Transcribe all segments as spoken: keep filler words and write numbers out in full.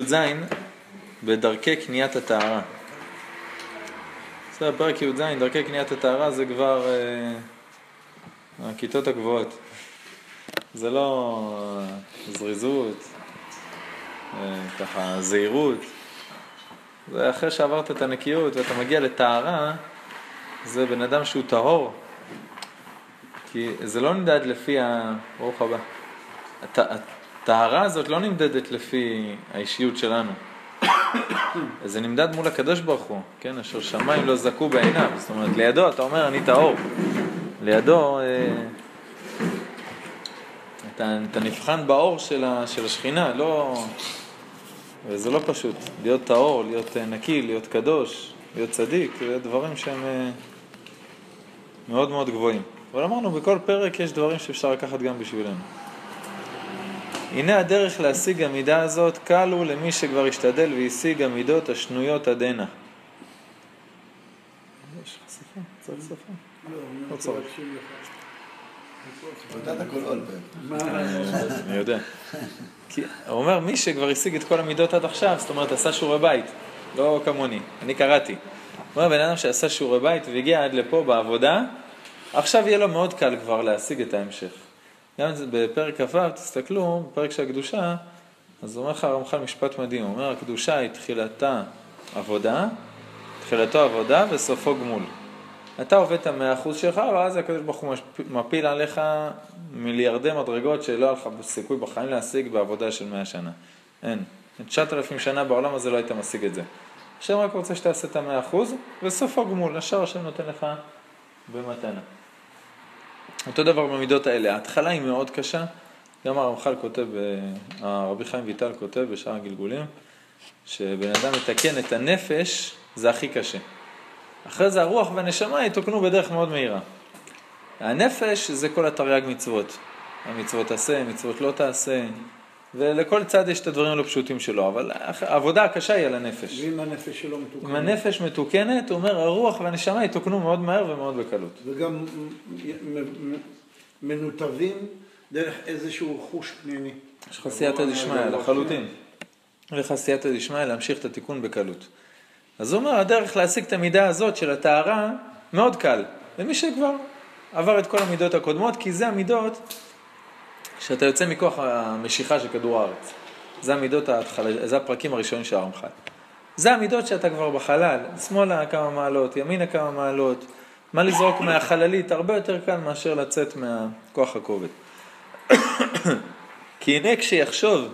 י"ז בדרכי קניית הטהרה. זה הפרק י"ז, דרכי קניית הטהרה, זה כבר אה, הכיתות הגבוהות. זה לא זריזות, אה, ככה זהירות. זה אחרי שעברת את הנקיות ואתה מגיע לטהרה, זה בן אדם שהוא טהור. כי זה לא נמדד לפי ה... ברוך הבא. הט... הטהרה הזאת לא נמדדת לפי האישיות שלנו. זה נמדד מול הקדוש ברוך הוא, כן? אשר שמיים לא זכו בעיניו. זאת אומרת, לידו אתה אומר אני טהור. לידו אה... אתה, אתה נבחן באור של, ה... של השכינה, לא... וזה לא פשוט. להיות טהור, להיות נקי, להיות קדוש, להיות צדיק, זה דברים שהם אה... מאוד מאוד גבוהים. אבל אמרנו, בכל פרק יש דברים שאפשר לקחת גם בשבילנו. הנה הדרך להשיג המידה הזאת, קל הוא למי שכבר השתדל והשיג המידות השנויות עדנה. יש לך שפה? צריך שפה? לא, לא צריך. נתת הכל עול. אני יודע. הוא אומר, מי שכבר השיג את כל המידות עד עכשיו, זאת אומרת, עשה שיעורי בית, לא כמוני, אני קראתי. הוא אומר, בן אדם שעשה שיעורי בית והגיע עד לפה בעבודה, עכשיו יהיה לו מאוד קל כבר להשיג את ההמשך. גם בפרק כ"ו, תסתכלו, בפרק של הקדושה, אז הוא אומר לך הרמח"ל משפט מדהים, הוא אומר, הקדושה היא תחילתה עבודה, תחילתו עבודה וסופו גמול. אתה עובד את המאה אחוז שלך, ואז הקדוש ברוך הוא מפיל עליך מיליארדי מדרגות שלא היה לך סיכוי בחיים להשיג בעבודה של מאה שנה. אין. תשעת אלפים שנה בעולם הזה לא היית משיג את זה. השם רק רוצה שתעשה את המאה אחוז, וסופו גמול. השאר השם נותן לך במתנה. אותו דבר במידות האלה. ההתחלה היא מאוד קשה. גם הרמח"ל כותב, הרבי חיים ויטל כותב בשאר הגלגולים, שבן אדם מתקן את הנפש, זה הכי קשה. אחרי זה הרוח והנשמה יתוקנו בדרך מאוד מהירה. הנפש זה כל התרי"ג מצוות. המצוות תעשה, מצוות לא תעשה, ולכל צד יש את הדברים הלא פשוטים שלו, אבל העבודה הקשה היא על הנפש. ואם הנפש שלו מתוקנת? אם הנפש מתוקנת, הוא אומר, הרוח והנשמה יתוקנו מאוד מהר ומאוד בקלות. וגם מנותבים דרך איזשהו חוש פנימי. יש לך סייעתא דשמיא, לחלוטין. יש לך סייעתא דשמיא להמשיך את התיקון בקלות. אז הוא אומר, הדרך להשיג את המידה הזאת של הטהרה מאוד קל. למי שכבר עבר את כל המידות הקודמות, כי זה המידות שאתה יוצא מכוח המשיכה של כדור הארץ. זה המידות ההתחלה, זה הפרקים הראשונים של הרמח"ל. זה המידות שאתה כבר בחלל, שמאלה כמה מעלות, ימינה כמה מעלות, מה לזרוק מהחללית, הרבה יותר קל מאשר לצאת מהכוח הכובד. כי הנה כשיחשוב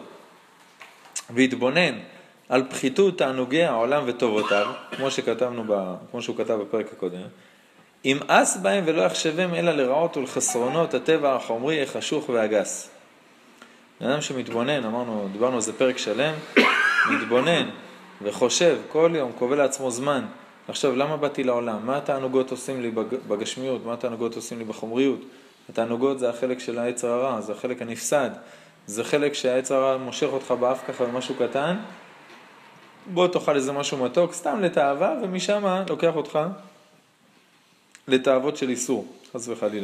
והתבונן על פחיתות תענוגי העולם וטובותיו, כמו שכתבנו ב, כמו שהוא כתב בפרק הקודם, אם אס בהם ולא יחשבם אלא לרעות ולחסרונות הטבע החומרי, החשוך והגס. אדם שמתבונן, אמרנו, דיברנו על זה פרק שלם, מתבונן וחושב כל יום, קובע לעצמו זמן, לחשוב למה באתי לעולם, מה התענוגות עושים לי בגשמיות, מה התענוגות עושים לי בחומריות. התענוגות זה החלק של היצר הרע, זה החלק הנפסד, זה חלק שהיצר הרע מושך אותך באף ככה במשהו קטן, בוא תאכל איזה משהו מתוק, סתם לתאווה, ומשם לוקח אותך לתאוות של איסור, חס וחלילה.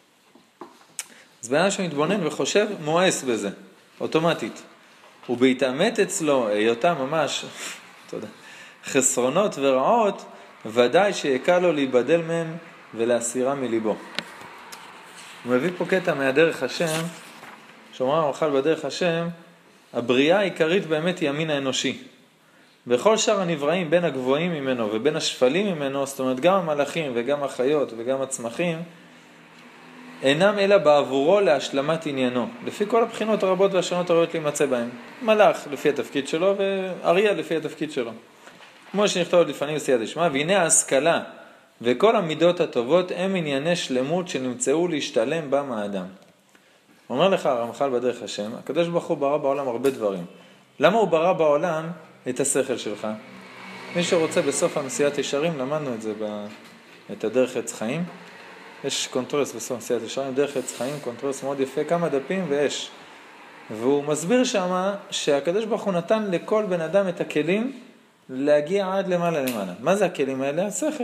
אז בן אדם שמתבונן וחושב, מואס בזה, אוטומטית. ובהתאמת אצלו, היותה ממש, תודה, חסרונות ורעות, ודאי שיקל לו להיבדל מהם ולהסירה מליבו. הוא מביא פה קטע מהדרך השם, שאומר הרמח"ל בדרך השם, הבריאה העיקרית באמת היא המין האנושי. בכל שאר הנבראים בין הגבוהים ממנו ובין השפלים ממנו, זאת אומרת גם המלאכים וגם החיות וגם הצמחים, אינם אלא בעבורו להשלמת עניינו, לפי כל הבחינות הרבות והשונות הראויות להימצא בהם. מלאך לפי התפקיד שלו ואריה לפי התפקיד שלו. כמו שנכתוב עוד לפנים בסייעתא דשמיא, והנה ההשכלה וכל המידות הטובות הם ענייני שלמות שנמצאו להשתלם בם האדם. אומר לך הרמח"ל בדרך השם, הקדוש ברוך הוא ברא בעולם הרבה דברים. למה הוא ברא בעולם את השכל שלך? מי שרוצה בסוף המסיעת ישרים, למדנו את זה, ב... את הדרך עץ חיים. יש קונטרס בסוף המסיעת ישרים, דרך עץ חיים, קונטרס מאוד יפה, כמה דפים ויש. והוא מסביר שמה שהקדוש ברוך הוא נתן לכל בן אדם את הכלים להגיע עד למעלה למעלה. מה זה הכלים האלה? השכל.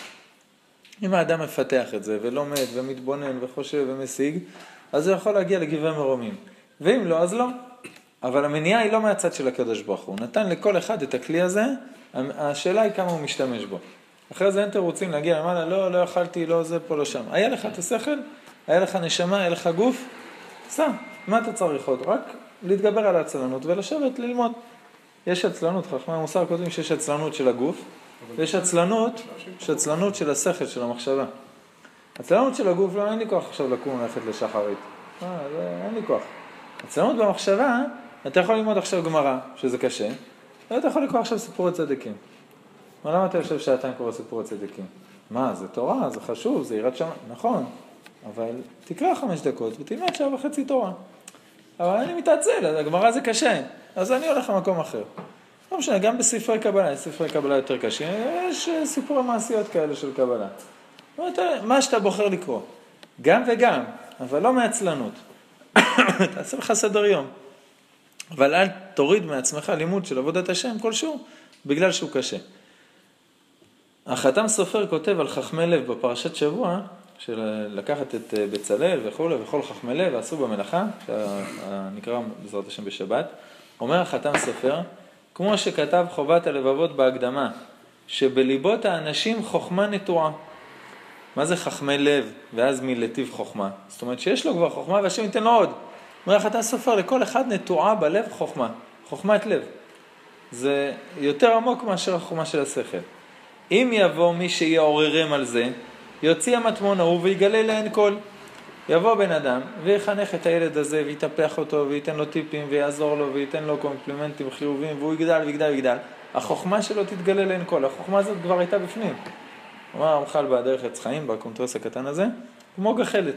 אם האדם מפתח את זה ולומד ומתבונן וחושב ומשיג, אז הוא יכול להגיע לגבהי מרומים. ואם לא, אז לא. אבל המניעה היא לא מהצד של הקדוש ברוך הוא. הוא נתן לכל אחד את הכלי הזה, השאלה היא כמה הוא משתמש בו. אחרי זה אין תירוצים להגיע למעלה, לא, לא אכלתי, לא זה, פה, לא שם. היה לך את השכל, היה לך נשמה, היה לך גוף, סע, מה אתה צריך עוד? רק להתגבר על העצלנות ולשבת, ללמוד. יש עצלנות, חכמי המוסר כותבים שיש עצלנות של הגוף, ויש עצלנות, יש עצלנות של השכל, של המחשבה. עצלנות של הגוף, לא, אין לי כוח עכשיו לקום ללכת לשחרית. אה, זה, אין לי כוח. עצלנות במחשבה, אתה יכול ללמוד עכשיו גמרא, שזה קשה, ואתה יכול לקרוא עכשיו סיפורי צדיקים. מה, למה אתה יושב שעתיים קורא סיפורי צדיקים? מה, זה תורה, זה חשוב, זה יראת שמה. נכון, אבל תקרא חמש דקות ותלמד שעה וחצי תורה. אבל אני מתעצל, הגמרא זה קשה, אז אני הולך למקום אחר. לא משנה, גם בספרי קבלה, יש ספרי קבלה יותר קשים, יש סיפורי מעשיות כאלה של קבלה. מה שאתה בוחר לקרוא, גם וגם, אבל לא מעצלנות. תעשה לך סדר יום. אבל אל תוריד מעצמך לימוד של עבודת השם כלשהו, בגלל שהוא קשה. החתם סופר כותב על חכמי לב בפרשת שבוע, של לקחת את בצלאל וכו' וכל חכמי לב ועשו במלאכה, שנקרא בעזרת השם בשבת, אומר החתם סופר, כמו שכתב חובת הלבבות בהקדמה, שבליבות האנשים חוכמה נטועה. מה זה חכמי לב ואז מלטיב חוכמה? זאת אומרת שיש לו כבר חוכמה והשם ייתן לו עוד. אומר החתם סופר, לכל אחד נטועה בלב חוכמה, חוכמת לב. זה יותר עמוק מאשר החוכמה של השכל. אם יבוא מי שיעוררם על זה, יוציא המטמון ההוא ויגלה לעין כל. יבוא בן אדם ויחנך את הילד הזה ויתפח אותו וייתן לו טיפים ויעזור לו וייתן לו קומפלימנטים חיוביים והוא יגדל ויגדל ויגדל. החוכמה שלו תתגלה לעין כל. החוכמה הזאת כבר הייתה בפנים. אומר הרמח"ל בדרך עץ חיים, בקונטרס הקטן הזה, כמו גחלת.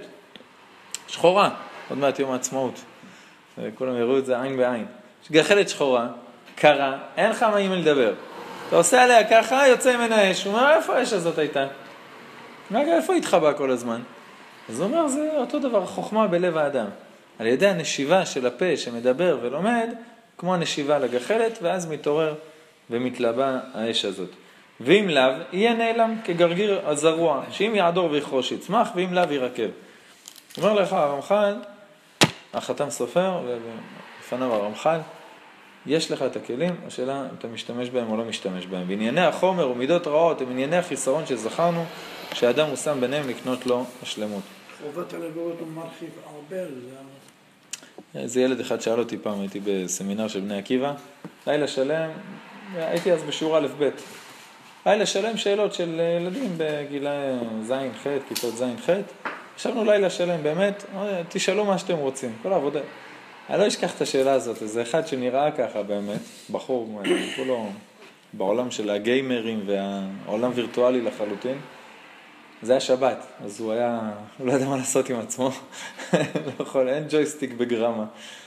שחורה, עוד מעט יום העצמאות. כולם יראו את זה עין בעין. גחלת שחורה, קרה, אין לך מה עם לדבר. אתה עושה עליה ככה, יוצא ממנה אש. הוא אומר, איפה האש הזאת הייתה? רגע, איפה התחבא כל הזמן? אז הוא אומר, זה אותו דבר, חוכמה בלב האדם. על ידי הנשיבה של הפה שמדבר ולומד, כמו הנשיבה לגחלת, ואז מתעורר ומתלבא האש הזאת. ואם לאו, יהיה נעלם כגרגיר הזרוע, שאם יעדור ויחרוש יצמח, ואם לאו ירקב. אומר לך הרמח"ל, החתם סופר, ולפניו הרמח"ל, יש לך את הכלים, השאלה אם אתה משתמש בהם או לא משתמש בהם. בענייני החומר ומידות רעות הם ענייני החיסרון שזכרנו, שהאדם הוא שם ביניהם לקנות לו השלמות. חובת הלבבות הוא מרחיב הרבה על זה. איזה ילד אחד שאל אותי פעם, הייתי בסמינר של בני עקיבא, לילה שלם, הייתי אז בשיעור א' ב', לילה שלם שאלות של ילדים בגילי זין ח', כיתות זין ח', ישבנו לילה שלם, באמת, תשאלו מה שאתם רוצים, כל העבודה. אני לא אשכח את השאלה הזאת, זה אחד שנראה ככה באמת, בחור, כולו בעולם של הגיימרים והעולם וירטואלי לחלוטין. זה היה שבת, אז הוא היה, הוא לא יודע מה לעשות עם עצמו, לא יכול, אין ג'ויסטיק בגרמה.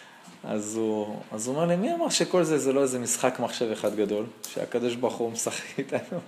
אז הוא, אז הוא אומר לי, מי אמר שכל זה זה לא איזה משחק מחשב אחד גדול, שהקדוש ברוך הוא משחק איתנו?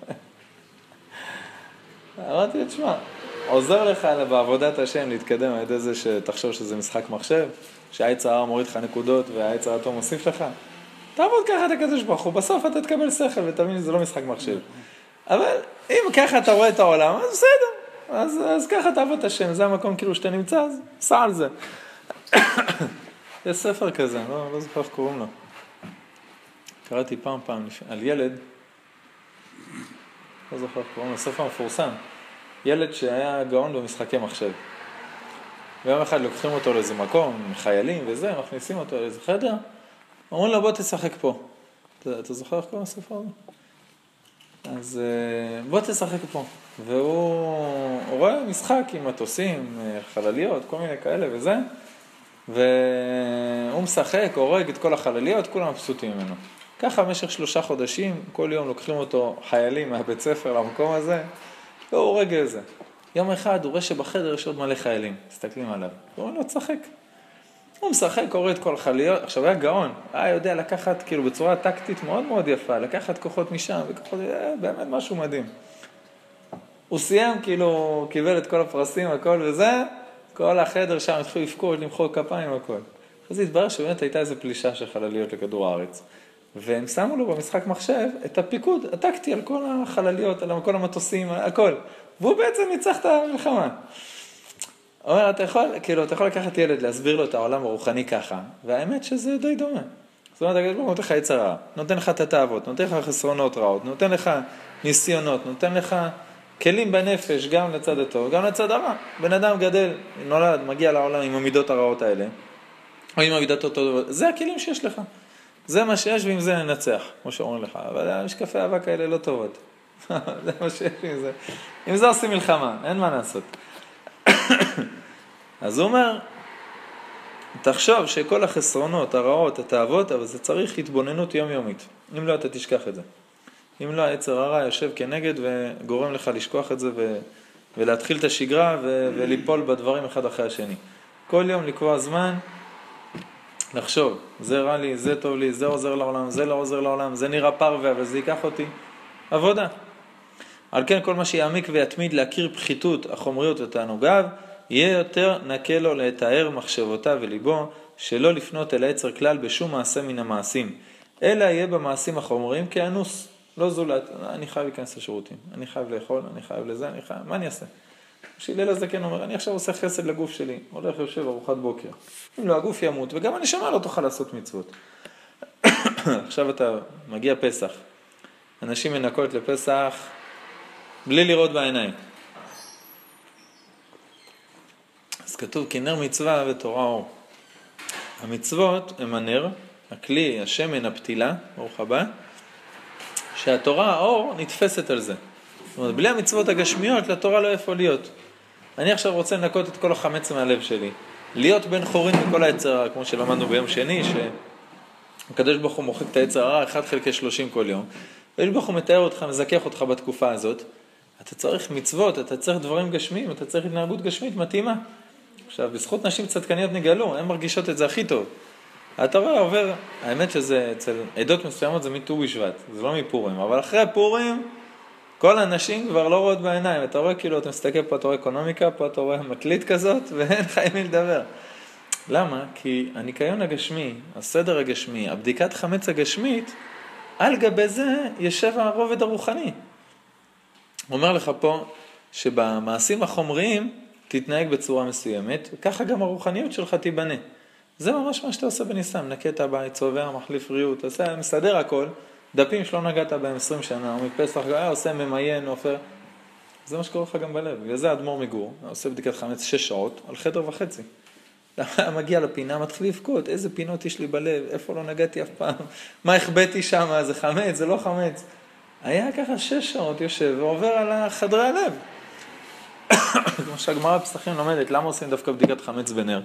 אמרתי, תשמע, עוזר לך בעבודת השם להתקדם על ידי זה שתחשוב שזה משחק מחשב, שהעץ הרע מוריד לך נקודות והעץ הרע מוסיף לך. תעבוד ככה את הקדוש ברוך הוא, בסוף אתה תקבל שכל ותבין שזה לא משחק מחשב. אבל אם ככה אתה רואה את העולם, אז בסדר. אז, אז ככה תעבוד את השם, זה המקום כאילו שאתה נמצא, אז סע על זה. יש ספר כזה, לא, לא זוכר איך קוראים לו. קראתי פעם פעם על ילד, לא זוכר איך קוראים לו, ספר מפורסם. ילד שהיה גאון במשחקי מחשב. ויום אחד לוקחים אותו לאיזה מקום, חיילים וזה, מכניסים אותו לאיזה חדר, אומרים לו בוא תשחק פה. אתה, אתה זוכר איך קוראים הספר הזה? אז בוא תשחק פה. והוא רואה משחק עם מטוסים, חלליות, כל מיני כאלה וזה, והוא משחק, הורג את כל החלליות, כולם מבסוטים ממנו. ככה במשך שלושה חודשים, כל יום לוקחים אותו חיילים מהבית ספר למקום הזה, והוא הורג איזה. יום אחד הוא רואה שבחדר יש עוד מלא חיילים, מסתכלים עליו. הוא אומר לו, תשחק. הוא משחק, קורא את כל החלליות, עכשיו היה גאון, היה יודע לקחת כאילו בצורה טקטית מאוד מאוד יפה, לקחת כוחות משם, וכוחות, באמת משהו מדהים. הוא סיים, כאילו, קיבל את כל הפרסים, הכל וזה, כל החדר שם התחילו לפקוד, למחוא כפיים, הכל. אז התברר שבאמת הייתה איזו פלישה של חלליות לכדור הארץ. והם שמו לו במשחק מחשב את הפיקוד, הטקטי על כל החלליות, על כל המטוסים, הכל. והוא בעצם ניצח את המלחמה. אומר, אתה יכול, כאילו, אתה יכול לקחת ילד, להסביר לו את העולם הרוחני ככה, והאמת שזה די דומה. זאת אומרת, הקדוש ברוך הוא נותן לך יצר רע, נותן לך את התאוות, נותן לך חסרונות רעות, נותן לך ניסיונות, נותן לך כלים בנפש, גם לצד הטוב, גם לצד הרע. בן אדם גדל, נולד, מגיע לעולם עם המידות הרעות האלה, או עם המידות הטובות, זה הכלים שיש לך. זה מה שיש ועם זה ננצח, כמו שאומרים לך. אבל המשקפי אהבה כאלה לא טובות. זה מה שיש עם זה. עם זה עושים מלחמה, אין מה לעשות. אז הוא אומר, תחשוב שכל החסרונות, הרעות, התאוות, אבל זה צריך התבוננות יומיומית. אם לא, אתה תשכח את זה. אם לא, היצר הרע יושב כנגד וגורם לך לשכוח את זה ו... ולהתחיל את השגרה ו... וליפול בדברים אחד אחרי השני. כל יום לקבוע זמן, לחשוב, זה רע לי, זה טוב לי, זה עוזר לעולם, זה לא עוזר לעולם, זה נראה פרווה, אבל זה ייקח אותי. עבודה. על כן, כל מה שיעמיק ויתמיד להכיר פחיתות, החומריות ותענוגיו, יהיה יותר נקה לו לתאר מחשבותיו וליבו, שלא לפנות אל היצר כלל בשום מעשה מן המעשים, אלא יהיה במעשים החומריים כאנוס, לא זולת. אני חייב להיכנס לשירותים, אני חייב לאכול, אני חייב לזה, אני חייב, מה אני אעשה? שהלל הזקן אומר, אני עכשיו עושה חסד לגוף שלי, הולך יושב ארוחת בוקר. אם לא, הגוף ימות, וגם הנשמה לא תוכל לעשות מצוות. עכשיו אתה מגיע פסח. אנשים מנקות לפסח בלי לראות בעיניים. אז כתוב, כי נר מצווה ותורה אור. המצוות הם הנר, הכלי, השמן, הפתילה, ברוך הבא, שהתורה, האור, נתפסת על זה. זאת אומרת, בלי המצוות הגשמיות, לתורה לא איפה להיות. אני עכשיו רוצה לנקות את כל החמץ מהלב שלי. להיות בן חורין מכל היצר הרע, כמו שלמדנו ביום שני, שהקדוש ברוך הוא מוחק את היצר הרע, אחד חלקי שלושים כל יום. והקדוש ברוך הוא מתאר אותך, מזכח אותך בתקופה הזאת. אתה צריך מצוות, אתה צריך דברים גשמיים, אתה צריך התנהגות גשמית מתאימה. עכשיו, בזכות נשים צדקניות נגלו, הן מרגישות את זה הכי טוב. אתה רואה, עובר, האמת שזה אצל עדות מסוימות זה מט"ו בשבט, זה לא מפורים, אבל אחרי פורים, כל הנשים כבר לא רואות בעיניים. אתה רואה כאילו, אתה מסתכל פה, אתה רואה אקונומיקה, פה אתה רואה מקליט כזאת, ואין לך עם מי לדבר. למה? כי הניקיון הגשמי, הסדר הגשמי, הבדיקת חמץ הגשמית, על גבי זה יושב הרובד הרוחני. הוא אומר לך פה, שבמעשים החומריים תתנהג בצורה מסוימת, וככה גם הרוחניות שלך תיבנה. זה ממש מה שאתה עושה בניסן, נקה את הבית, צובע, מחליף ריאות, עושה, מסדר הכל, דפים שלא נגעת בהם עשרים שנה, או מפסח, היה עושה ממיין, עופר. זה מה שקורה לך גם בלב. וזה אדמו"ר מגור, עושה בדיקת חמץ שש שעות, על חדר וחצי. מגיע לפינה, מתחיל לבכות, איזה פינות יש לי בלב, איפה לא נגעתי אף פעם, מה החבאתי שם, זה חמץ, זה לא חמץ. היה ככה שש שעות יושב ועובר על חדרי הלב. כמו שהגמרא בפסחים לומדת, למה עושים דווקא בדיקת חמץ בנר?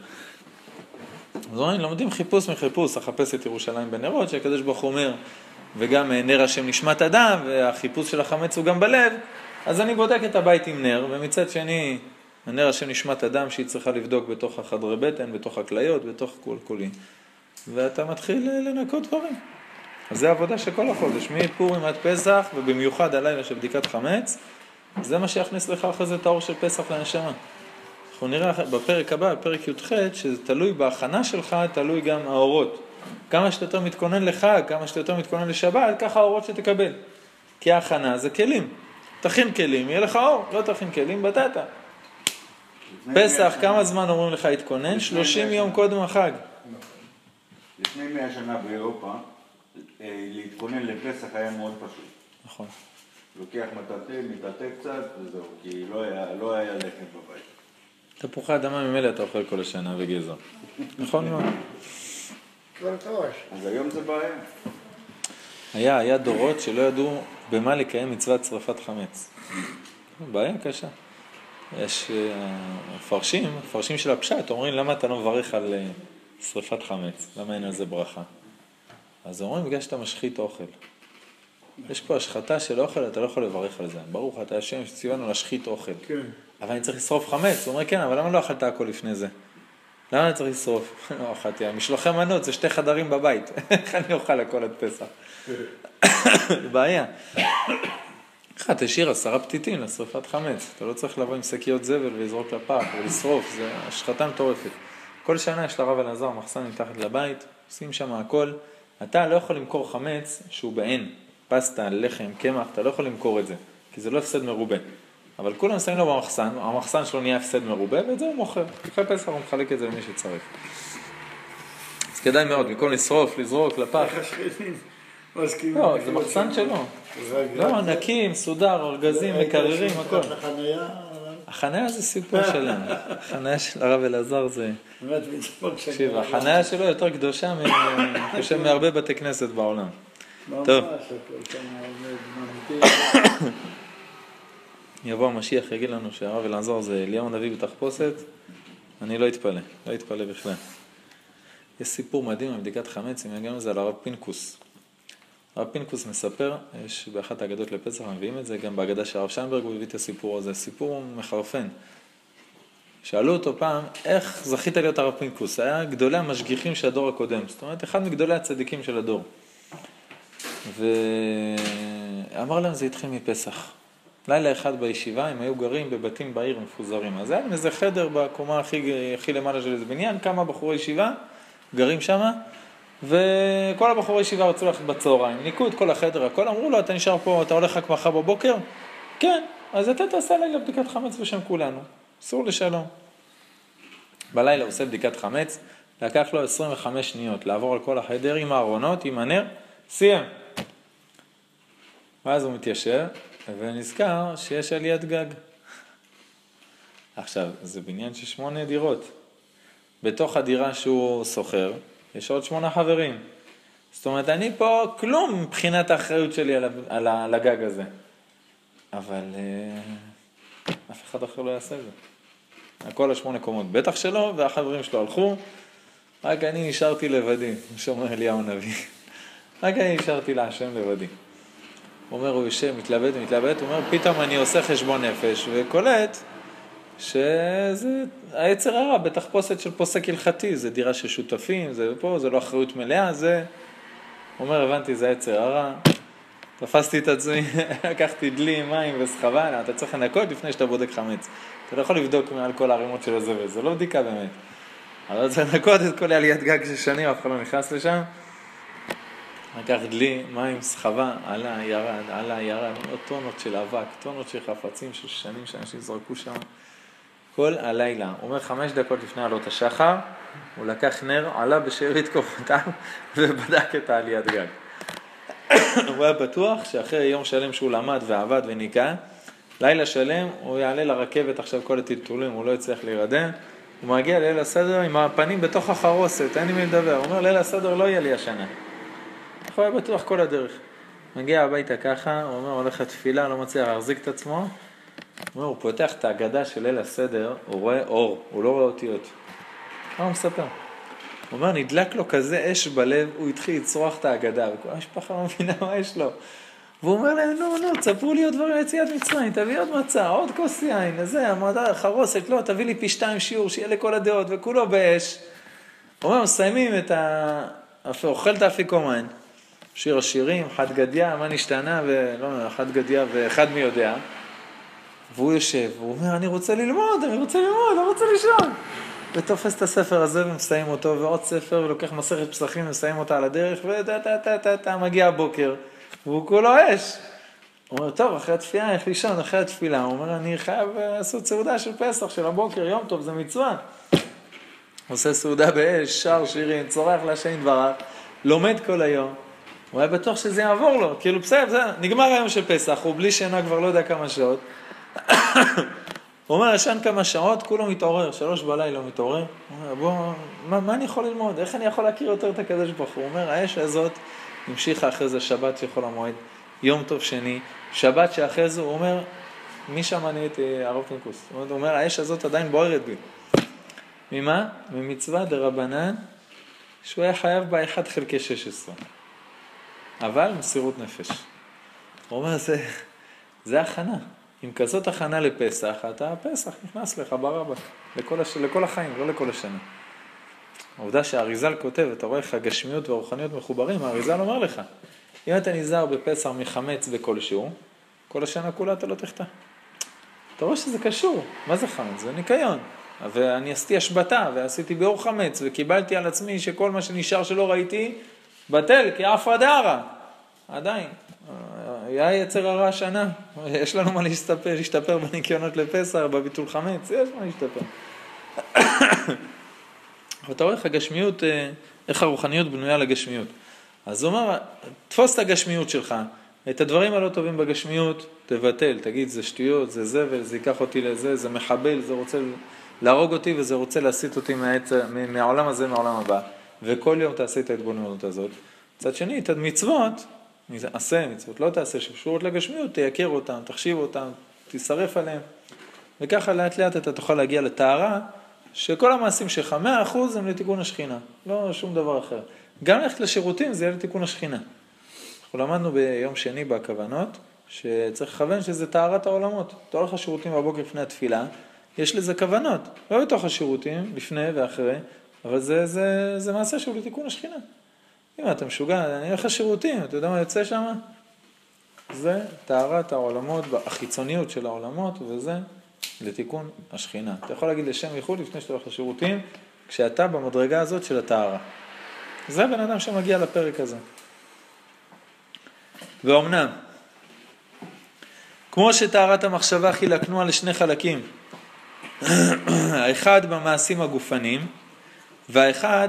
אז אומרים, לומדים חיפוש מחיפוש, לחפש את ירושלים בנרות, שהקדוש ברוך הוא אומר, וגם נר השם נשמת אדם, והחיפוש של החמץ הוא גם בלב, אז אני בודק את הבית עם נר, ומצד שני, הנר השם נשמת אדם, שהיא צריכה לבדוק בתוך החדרי בטן, בתוך הכליות, בתוך כל כולי. ואתה מתחיל לנקות דברים. אז זה העבודה של כל החודש, מפורים עד פסח, ובמיוחד הלילה של בדיקת חמץ, זה מה שיכניס לך אחרי זה את האור של פסח לנשמה. אנחנו נראה בפרק הבא, בפרק י"ח, שזה תלוי בהכנה שלך, תלוי גם האורות. כמה שאתה יותר מתכונן לחג, כמה שאתה יותר מתכונן לשבת, ככה האורות שתקבל. כי ההכנה זה כלים. תכין כלים, יהיה לך אור, לא תכין כלים, בטטה. פסח, כמה זמן אומרים לך התכונן? שלושים יום קודם החג. לפני מאה שנה באירופה, להתכונן לפסח היה מאוד פשוט. נכון. לוקח מטאטא, מתעטא קצת, וזהו, כי לא היה, לא היה לחם בבית. תפוחי אדמה ממילא אתה אוכל כל השנה וגזר. נכון מאוד. אז היום זה בעיה. היה, היה דורות שלא ידעו במה לקיים מצוות שרפת חמץ. בעיה קשה. יש מפרשים, מפרשים של הפשט, אומרים למה אתה לא מברך על שרפת חמץ? למה אין על זה ברכה? אז אומרים בגלל שאתה משחית אוכל. יש פה השחתה של אוכל, אתה לא יכול לברך על זה. ברוך אתה השם שציוונו להשחית אוכל. כן. אבל אני צריך לשרוף חמץ. הוא אומר כן, אבל למה לא אכלת הכל לפני זה? למה אני צריך לשרוף? לא אכלתי, משלוחי מנות, זה שתי חדרים בבית. איך אני אוכל הכל עד פסח? בעיה. איך תשאיר עשרה פתיתים לשרפת חמץ. אתה לא צריך לבוא עם שקיות זבל ולזרוק לפח ולשרוף. זה השחתה מטורפת. כל שנה יש לרב אלעזר מחסן מתחת לבית, עושים שם הכל. אתה לא יכול למכור חמץ שהוא בעין. פסטה, לחם, קמח, אתה לא יכול למכור את זה, כי זה לא הפסד מרובה. אבל כולם שמים לו במחסן, המחסן שלו נהיה הפסד מרובה, ואת זה הוא מוכר. אחרי פסח הוא מחלק את זה למי שצריך. אז כדאי מאוד, במקום לשרוף, לזרוק, לפח. לא, זה מחסן שלו. לא, נקי, מסודר, ארגזים, מקררים, הכל. החניה זה סיפור שלנו. החניה של הרב אלעזר זה... תקשיב, החניה שלו יותר קדושה מהרבה בתי כנסת בעולם. טוב. יבוא המשיח, יגיד לנו שהרב אלעזר זה אליהו הנביא בתחפושת, אני לא אתפלא, לא אתפלא בכלל. יש סיפור מדהים מבדיקת חמץ, אם הגענו לזה על הרב פינקוס. הרב פינקוס מספר, יש באחת האגדות לפסח, מביאים את זה, גם בהגדה של הרב שיינברג הוא הביא את הסיפור הזה, סיפור מחרפן. שאלו אותו פעם, איך זכית להיות הרב פינקוס? היה גדולי המשגיחים של הדור הקודם, זאת אומרת, אחד מגדולי הצדיקים של הדור. ואמר להם, זה התחיל מפסח. לילה אחד בישיבה, הם היו גרים בבתים בעיר מפוזרים. אז היה להם איזה חדר בקומה הכי, הכי למעלה של איזה בניין, כמה בחורי ישיבה, גרים שם, וכל הבחורי ישיבה רצו ללכת בצהריים. ניקו את כל החדר, הכל אמרו לו, אתה נשאר פה, אתה הולך רק מחר בבוקר? כן, אז אתה תעשה לילה בדיקת חמץ בשם כולנו. אסור לשלום. בלילה עושה בדיקת חמץ, לקח לו עשרים וחמש שניות לעבור על כל החדר עם הארונות, עם הנר, סיים. ואז הוא מתיישב, ונזכר שיש עליית גג. עכשיו, זה בניין של שמונה דירות. בתוך הדירה שהוא סוחר, יש עוד שמונה חברים. זאת אומרת, אני פה כלום מבחינת האחריות שלי על, על, על הגג הזה. אבל אה, אף אחד אחר לא יעשה זה. הכל השמונה קומות. בטח שלו, והחברים שלו הלכו, רק אני נשארתי לבדי, שאומר אליהו הנביא. רק אני נשארתי להשם לבדי. הוא אומר, הוא יושב, מתלבט ומתלבט, הוא אומר, פתאום אני עושה חשבון נפש, וקולט שזה היצר הרע בתחפושת של פוסק הלכתי, זה דירה של שותפים, זה פה, זה לא אחריות מלאה, זה... הוא אומר, הבנתי, זה היצר הרע, תפסתי את עצמי, לקחתי דלי, מים וסחבה, אתה צריך לנקות לפני שאתה בודק חמץ. אתה לא יכול לבדוק מעל כל הערימות של הזבל, זה לא בדיקה באמת. אבל אתה צריך לנקות את כל עליית גג של שנים, אף אחד לא נכנס לשם. לקח דלי, מים, סחבה, עלה, ירד, עלה, ירד, טונות של אבק, טונות של חפצים של שנים שאנשים זרקו שם. כל הלילה, הוא אומר חמש דקות לפני עלות השחר, הוא לקח נר, עלה בשארית כוחותיו ובדק את העליית גג. הוא היה בטוח שאחרי יום שלם שהוא למד ועבד וניקה, לילה שלם הוא יעלה לרכבת עכשיו כל הטלטולים, הוא לא יצליח להירדם, הוא מגיע ליל הסדר עם הפנים בתוך החרוסת, אין לי מי לדבר, הוא אומר ליל הסדר לא יהיה לי השנה. הוא היה בטוח כל הדרך. מגיע הביתה ככה, הוא אומר הולך לתפילה, לא מצליח להחזיק את עצמו, הוא אומר, הוא פותח את ההגדה של ליל הסדר, הוא רואה אור, הוא לא רואה אותיות. מה הוא מספר? הוא אומר, נדלק לו כזה אש בלב, הוא התחיל לצרוח את ההגדה, וכל המשפחה לא מבינה מה יש לו. והוא אומר להם, נו, נו, תספרו לי עוד דברים ליציאת מצרים, תביא עוד מצה, עוד כוס יין, זה, המועדה, חרוסת, לא, תביא לי פי שתיים שיעור, שיהיה לכל הדעות, וכולו באש. הוא אומר, מסיימים את ה... אוכל את האפיקומן, שיר השירים, חד גדיה, מה נשתנה, ולא, חד גדיה ואחד מי יודע. והוא יושב, והוא אומר, אני רוצה ללמוד, אני רוצה ללמוד, אני רוצה לישון. ותופס את הספר הזה ומסיים אותו, ועוד ספר, ולוקח מסכת פסחים ומסיים אותה על הדרך, ותה, תה, תה, תה, תה, מגיע הבוקר, והוא כולו אש. הוא אומר, טוב, אחרי התפילה, איך לישון, אחרי התפילה, הוא אומר, אני חייב לעשות סעודה של פסח, של הבוקר, יום טוב, זה מצווה. עושה סעודה באש, שר שירים, צורח להשם דבריו, לומד כל היום. הוא היה בטוח שזה יעבור לו, כאילו בסדר, זה נגמר היום של פסח, הוא בלי שינה כבר לא יודע כמה שעות. הוא אומר, ישן כמה שעות, כולו מתעורר, שלוש בלילה הוא מתעורר. הוא אומר, בוא, מה, מה אני יכול ללמוד? איך אני יכול להכיר יותר את הקדוש ברוך הוא? הוא אומר, האש הזאת המשיכה אחרי זה שבת של חול המועד, יום טוב שני, שבת שאחרי זה, הוא אומר, מי שם אני את הרב פינקוס? הוא אומר, האש הזאת עדיין בוערת בי. ממה? ממצווה דרבנן, שהוא היה חייב בה אחד חלקי שש עשרה. אבל מסירות נפש. הוא אומר, זה, זה הכנה. עם כזאת הכנה לפסח, אתה פסח נכנס לך ברבה, לכל, הש... לכל החיים, לא לכל השנה. העובדה שהאריזל כותב, אתה רואה איך הגשמיות והרוחניות מחוברים, האריזל אומר לך, אם אתה נזהר בפסח מחמץ וכלשהו, כל השנה כולה אתה לא תחטא. אתה רואה שזה קשור, מה זה חמץ? זה ניקיון. ואני עשיתי השבטה, ועשיתי באור חמץ, וקיבלתי על עצמי שכל מה שנשאר שלא ראיתי, בטל, כי אף הדרה. עדיין. היה יצר הרע השנה, יש לנו מה להשתפר, להשתפר בניקיונות לפסח, בביטול חמץ, יש מה להשתפר. ואתה רואה איך הגשמיות, איך הרוחניות בנויה לגשמיות. אז הוא אומר, תפוס את הגשמיות שלך, את הדברים הלא טובים בגשמיות, תבטל, תגיד, זה שטויות, זה זבל, זה ייקח אותי לזה, זה מחבל, זה רוצה להרוג אותי וזה רוצה להסיט אותי מהעץ, מהעולם הזה, מהעולם הבא. וכל יום תעשה את ההתבוננות הזאת. מצד שני, את המצוות, עשה מצוות, לא תעשה שקשורות לגשמיות, תייקר אותם, תחשיב אותם, תשרף עליהם. וככה לאט לאט אתה תוכל להגיע לטהרה, שכל המעשים שלך, מאה אחוז הם לתיקון השכינה, לא שום דבר אחר. גם ללכת לשירותים זה יהיה לתיקון השכינה. אנחנו למדנו ביום שני בכוונות, שצריך לכוון שזה טהרת העולמות. אתה הולך לשירותים בבוקר לפני התפילה, יש לזה כוונות, לא בתוך השירותים, לפני ואחרי, אבל זה, זה, זה מעשה שהוא לתיקון השכינה. אם אתה משוגע, אני הולך לשירותים, אתה יודע מה יוצא שם? זה טהרת העולמות, החיצוניות של העולמות, וזה לתיקון השכינה. אתה יכול להגיד לשם ייחוד לפני שאתה הולך לשירותים, כשאתה במדרגה הזאת של הטהרה. זה בן אדם שמגיע לפרק הזה. ואומנם, כמו שטהרת המחשבה חילקנוה לשני חלקים, האחד במעשים הגופניים, והאחד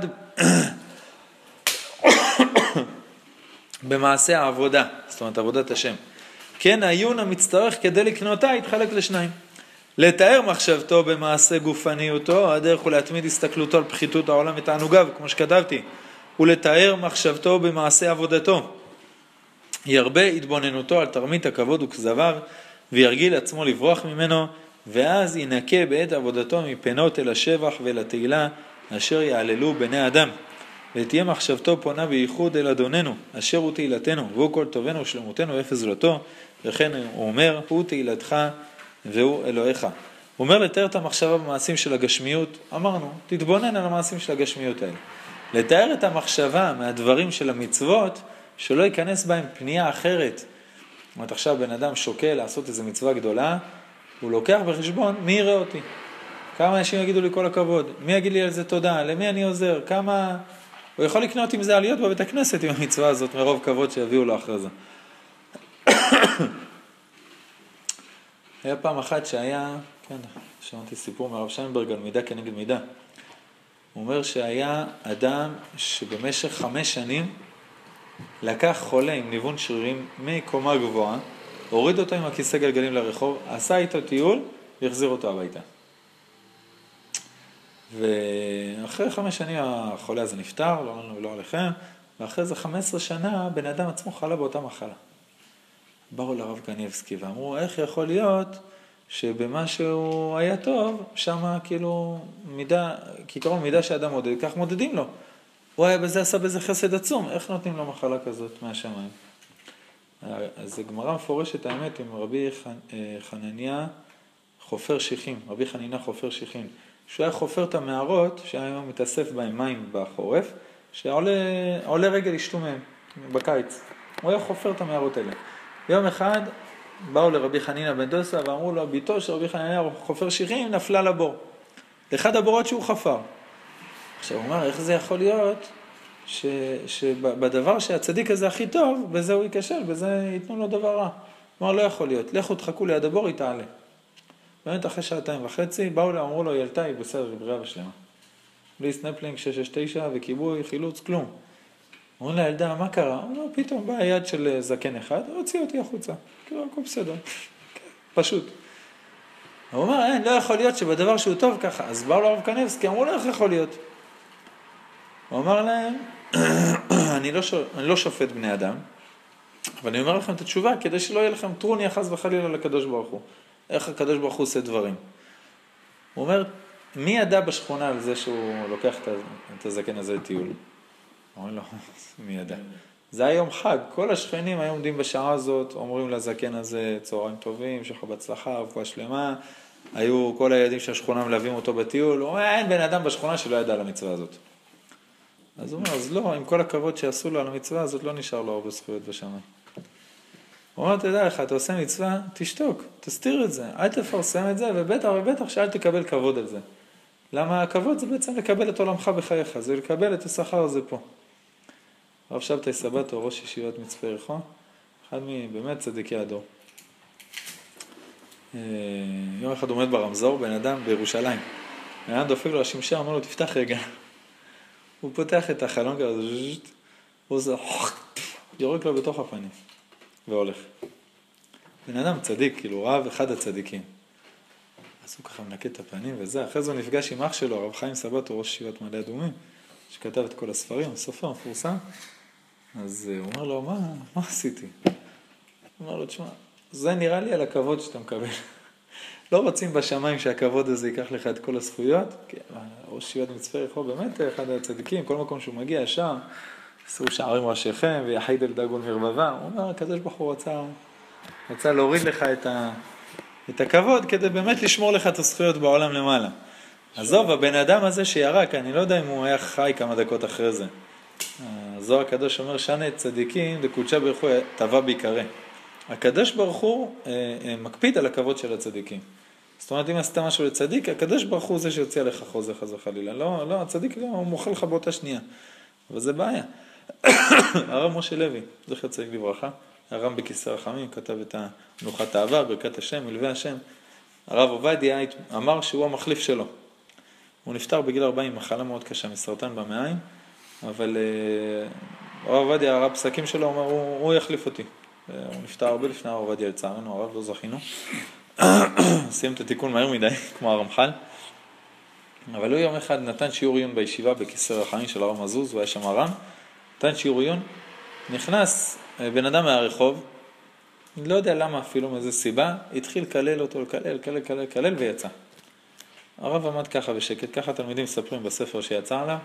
במעשה העבודה, זאת אומרת עבודת השם. כן, העיון המצטרך כדי לקנותה יתחלק לשניים. לתאר מחשבתו במעשה גופניותו, הדרך הוא להתמיד הסתכלותו על פחיתות העולם ותענוגיו, כמו שכתבתי, ולתאר מחשבתו במעשה עבודתו. ירבה התבוננותו על תרמית הכבוד וכזביו, וירגיל עצמו לברוח ממנו, ואז ינקה בעת עבודתו מפנות אל השבח ואל התהילה, אשר יעללו בני אדם. ותהיה מחשבתו פונה בייחוד אל אדוננו, אשר הוא תהילתנו, והוא כל טובנו ושלמותנו ואפס זולתו, וכן הוא אומר, הוא תהילתך והוא אלוהיך. הוא אומר לתאר את המחשבה במעשים של הגשמיות, אמרנו, תתבונן על המעשים של הגשמיות האלה. לתאר את המחשבה מהדברים של המצוות, שלא ייכנס בהם פנייה אחרת. זאת אומרת, עכשיו בן אדם שוקל לעשות איזו מצווה גדולה, הוא לוקח בחשבון, מי יראה אותי? כמה אנשים יגידו לי כל הכבוד? מי יגיד לי על זה תודה? למי אני עוזר? כמה... הוא יכול לקנות עם זה עליות בבית הכנסת עם המצווה הזאת, מרוב כבוד שיביאו לו אחרי זה. היה פעם אחת שהיה, כן, שמעתי סיפור מהרב שיינברג על מידה כנגד מידה. הוא אומר שהיה אדם שבמשך חמש שנים לקח חולה עם ניוון שרירים מקומה גבוהה, הוריד אותו עם הכיסא גלגלים לרחוב, עשה איתו טיול והחזיר אותו הביתה. ואחרי חמש שנים החולה הזה נפטר, לא לנו ולא עליכם, ואחרי זה חמש עשרה שנה בן אדם עצמו חלה באותה מחלה. באו לרב קניבסקי ואמרו, איך יכול להיות שבמה שהוא היה טוב, שמה כאילו מידה, כעיקרון מידה שאדם מודד, כך מודדים לו. הוא היה בזה, עשה בזה חסד עצום, איך נותנים לו מחלה כזאת מהשמיים? אז גמרא מפורשת האמת עם רבי חנניה חופר שיחים, רבי חנינה חופר שיחים. שהוא היה חופר את המערות, שהיה מתאסף בהם מים בחורף, שעולה רגל ישתו מהם בקיץ. הוא היה חופר את המערות האלה. יום אחד באו לרבי חנינה בן דוסה ואמרו לו, ביתו של רבי חנינה חופר שיחים נפלה לבור. לאחד הבורות שהוא חפר. עכשיו הוא אומר, איך זה יכול להיות ש, שבדבר שהצדיק הזה הכי טוב, בזה הוא ייכשל, בזה ייתנו לו דבר רע. הוא אומר, לא יכול להיות, לכו תחכו ליד הבור, היא תעלה. באמת אחרי שעתיים וחצי, באו לה, אמרו לו, ילתה, היא בסדר, היא בריאה ושלמה. בלי סנפלינג שש שש תשע וכיבוי, חילוץ, כלום. אומרים לה, ילדה, מה קרה? הוא אומר, פתאום באה יד של זקן אחד, הוציא אותי החוצה. כאילו, הכל בסדר. פשוט. הוא אומר, אין, לא יכול להיות שבדבר שהוא טוב ככה. אז באו לרב קניבסקי, אמרו לו, איך יכול להיות? הוא אמר להם, אני לא, אני לא שופט בני אדם, אבל אני אומר לכם את התשובה, כדי שלא יהיה לכם טרוניה חס וחלילה לקדוש ברוך הוא. איך הקדוש ברוך הוא עושה דברים. הוא אומר, מי ידע בשכונה על זה שהוא לוקח את הזקן הזה לטיול? הוא אומר לו, מי ידע? זה היה יום חג, כל השכנים היו עומדים בשעה הזאת, אומרים לזקן הזה צהריים טובים, שלך בהצלחה, רפואה שלמה, היו כל הילדים של השכונה מלווים אותו בטיול, הוא אומר, אין בן אדם בשכונה שלא ידע על המצווה הזאת. אז הוא אומר, אז לא, עם כל הכבוד שעשו לו על המצווה הזאת, לא נשאר לו הרבה זכויות בשמיים. הוא אומר, תדע לך, אתה עושה מצווה, תשתוק, תסתיר את זה, אל תפרסם את זה, ובטח ובטח שאל תקבל כבוד על זה. למה הכבוד זה בעצם לקבל את עולמך בחייך, זה לקבל את השכר הזה פה. הרב שבתאי סבתו, ראש ישיבת מצפה יריחו, אחד מבאמת צדיקי הדור. יום אחד עומד ברמזור, בן אדם בירושלים. בן אדם דופק לו השמשה, אומר לו, תפתח רגע. הוא פותח את החלון כזה, הוא עושה, יורק לו בתוך הפנים, והולך. בן אדם צדיק, כאילו רב אחד הצדיקים. אז הוא ככה מנקה את הפנים וזה. אחרי זה הוא נפגש עם אח שלו, הרב חיים סבט, הוא ראש ישיבת מעלה אדומים, שכתב את כל הספרים, סופר מפורסם. אז הוא אומר לו, מה, מה עשיתי? הוא אומר לו, תשמע, זה נראה לי על הכבוד שאתה מקבל. לא רוצים בשמיים שהכבוד הזה ייקח לך את כל הזכויות, כי ראש ישיבת מצפה יריחו באמת אחד הצדיקים, כל מקום שהוא מגיע שם, עשו שערים ראשיכם ויחיד אל דגון מרבבה. הוא אומר, הקדוש ברוך הוא רצה, רצה להוריד לך את, ה, את הכבוד כדי באמת לשמור לך את הזכויות בעולם למעלה. עזוב, הבן אדם הזה שירק, אני לא יודע אם הוא היה חי כמה דקות אחרי זה. הזוהר הקדוש אומר, שנה את צדיקים, לקודשה ברוך הוא טבע בעיקרה. הקדוש ברוך הוא אה, אה, מקפיד על הכבוד של הצדיקים. זאת אומרת, אם עשתה משהו לצדיק, הקדוש ברוך הוא זה שיוצא לך חוזה חס וחלילה. לא, לא, הצדיק לא, הוא מוכל לך באותה שנייה. אבל זה בעיה. הרב משה לוי, זכר צדיק לברכה, הרב בכיסא רחמים, כתב את מנוחת האהבה, ברכת השם, מלווה השם. הרב עובדיה אמר שהוא המחליף שלו. הוא נפטר בגיל ארבעים, מחלה מאוד קשה, מסרטן במעיים, אבל הרב עובדיה, הרב פסקים שלו, אומר, הוא, הוא יחליף אותי. הוא נפטר הרבה לפני הרב עובדיה, לצערנו, הרב לא זכינו. סיים את התיקון מהר מדי, כמו הרמח"ל. אבל הוא יום אחד נתן שיעור עיון בישיבה בכיסא רחמים של הרב מזוז, הוא היה שם הרם, נתן שיעור עיון, נכנס בן אדם מהרחוב, לא יודע למה אפילו מאיזה סיבה, התחיל לקלל אותו, לקלל, לקלל, לקלל, לקלל ויצא. הרב עמד ככה בשקט, ככה תלמידים מספרים בספר שיצא עליו,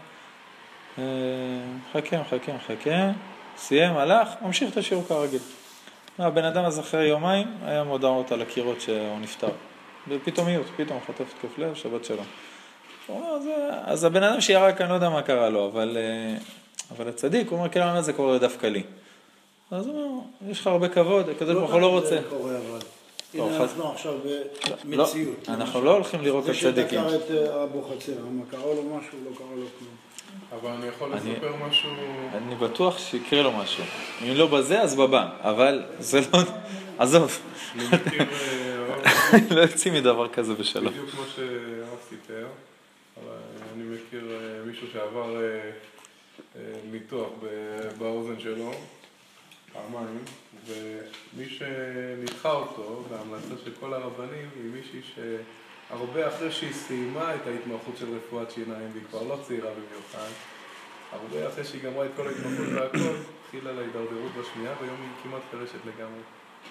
חכה, חכה, חכה, סיים, הלך, ממשיך את השיעור כרגיל. הבן אדם הזה אחרי יומיים היה מודעות על הקירות שהוא נפטר. בפתאומיות, פתאום חטף התקף לב, שבת שלום. אז הבן אדם שירק, אני לא יודע מה קרה לו, אבל, אבל הצדיק, הוא אומר, כאילו, מה זה קורה דווקא לי? אז הוא אומר, יש לך הרבה כבוד, הקדוש ברוך הוא לא רוצה. זה קורה, אבל. הנה אנחנו עכשיו במציאות. אנחנו לא הולכים לראות את הצדיקים. זה שדקר את אבו חצר, מה קרה לו משהו, לא קרה לו כלום. אבל אני יכול לספר משהו... אני בטוח שיקרה לו משהו. אם לא בזה, אז בבא. אבל זה לא... עזוב. אני מכיר... לא יוצאים מדבר כזה בשלום. בדיוק כמו שהרב סיפר, אבל אני מכיר מישהו שעבר ניתוח באוזן שלו, פעמיים, ומי שנדחה אותו, וההמלצה של כל הרבנים, היא מישהי שהרבה אחרי שהיא סיימה את ההתמחות של רפואת שיניים, והיא כבר לא צעירה במיוחד, הרבה אחרי שהיא גמרה את כל ההתמחות והכל, התחילה להידרדרות בשמיעה, והיום היא כמעט חרשת לגמרי.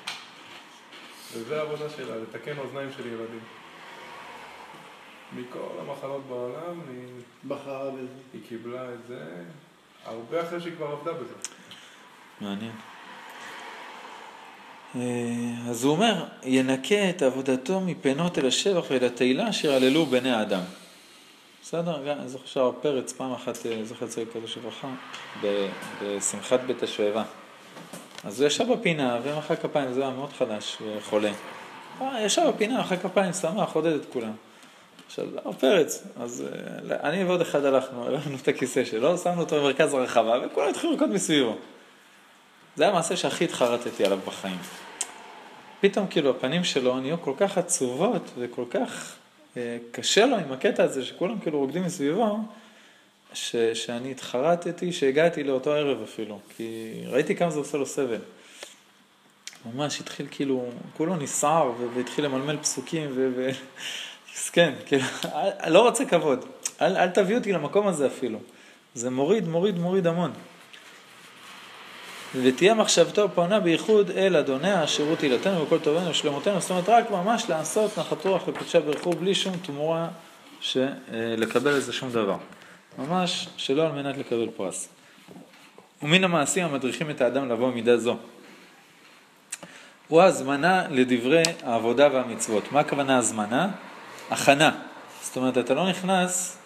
וזה העבודה שלה, לתקן אוזניים של ילדים. מכל המחלות בעולם, היא... בחרה בזה. היא קיבלה את זה, הרבה אחרי שהיא כבר עבדה בזה. מעניין. אז הוא אומר, ינקה את עבודתו מפנות אל השבח ואל התהילה אשר עללו בני האדם. בסדר? אני זוכר שהרב פרץ פעם אחת, זוכר צדיק קדוש לברכה, בשמחת בית השואבה. אז הוא ישב בפינה ומחא כפיים, זה היה מאוד חדש וחולה. ישב בפינה, מחא כפיים, שמח, חודד את כולם. עכשיו, הרב פרץ, אז אני ועוד אחד הלכנו, הלכנו את הכיסא שלו, שמנו אותו במרכז הרחבה וכולם התחילו לרקוד מסביבו. זה היה מעשה שהכי התחרטתי עליו בחיים. פתאום כאילו הפנים שלו נהיו כל כך עצובות וכל כך אה, קשה לו עם הקטע הזה שכולם כאילו רוקדים מסביבו, ש, שאני התחרטתי שהגעתי לאותו ערב אפילו, כי ראיתי כמה זה עושה לו סבל. ממש התחיל כאילו, כולו נסער והתחיל למלמל פסוקים ו... כן, כאילו, לא רוצה כבוד. אל, אל תביא אותי למקום הזה אפילו. זה מוריד, מוריד, מוריד המון. ותהיה מחשבתו פונה בייחוד אל אדוניה, השירות תהילתנו וכל טובנו ושלמותנו. זאת אומרת, רק ממש לעשות נחת רוח לקודשה ברכו בלי שום תמורה לקבל איזה שום דבר. ממש שלא על מנת לקבל פרס. ומן המעשים המדריכים את האדם לבוא מידה זו. הוא הזמנה לדברי העבודה והמצוות. מה הכוונה הזמנה? הכנה. זאת אומרת, אתה לא נכנס,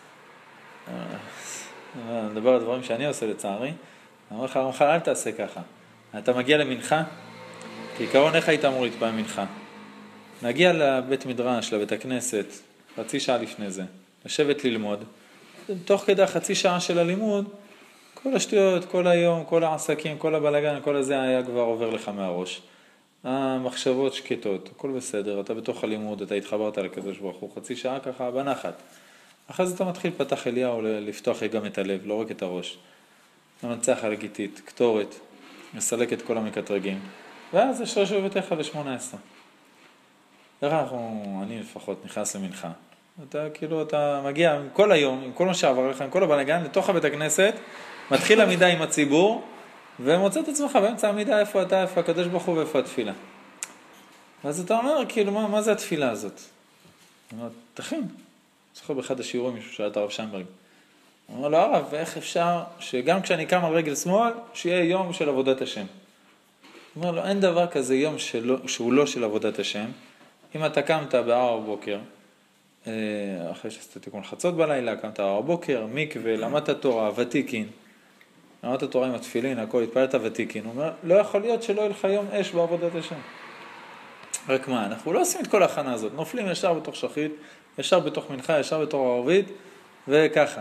נדבר על דברים שאני עושה לצערי, אני אומר לך, הרמח"ל, אל תעשה ככה. אתה מגיע למנחה, כעיקרון איך היית אמור להתפעם מנחה? נגיע לבית מדרש, לבית הכנסת, חצי שעה לפני זה, לשבת ללמוד. תוך כדי חצי שעה של הלימוד, כל השטויות, כל היום, כל העסקים, כל הבלגן, כל הזה היה כבר עובר לך מהראש. המחשבות שקטות, הכל בסדר, אתה בתוך הלימוד, אתה התחברת לקדוש ברוך הוא, חצי שעה ככה בנחת. אחרי זה אתה מתחיל פתח אליהו לפתוח גם את הלב, לא רק את הראש. מנצח הלגיתית, קטורת, מסלק את כל המקטרגים. ואז יש שלוש ובתך ל-שמונה עשרה. איך אנחנו, אני לפחות נכנס למנחה. אתה כאילו, אתה מגיע עם כל היום, עם כל מה שעבר לך, עם כל הבלגן, לתוך הבית הכנסת, מתחיל עמידה עם הציבור, ומוצא את עצמך באמצע עמידה איפה אתה, איפה הקדוש ברוך הוא ואיפה התפילה. ואז אתה אומר, כאילו, מה, מה זה התפילה הזאת? הוא אומר, תכין. זוכר באחד השיעורים מישהו שאל את הרב שיינברג. הוא אומר לו, הרב, איך אפשר שגם כשאני קם על רגל שמאל, שיהיה יום של עבודת השם? הוא אומר לו, אין דבר כזה יום שלא, שהוא לא של עבודת השם. אם אתה קמת בארבע בוקר, אחרי שעשית תיקון חצות בלילה, קמת בארבע בוקר, מקווה, למדת תורה, ותיקין, למדת תורה עם התפילין, הכל, התפללת ותיקין. הוא אומר, לא יכול להיות שלא יהיה לך יום אש בעבודת השם. רק מה, אנחנו לא עושים את כל ההכנה הזאת, נופלים ישר בתוך שחית, ישר בתוך מנחה, ישר בתוך ערבית, וככה.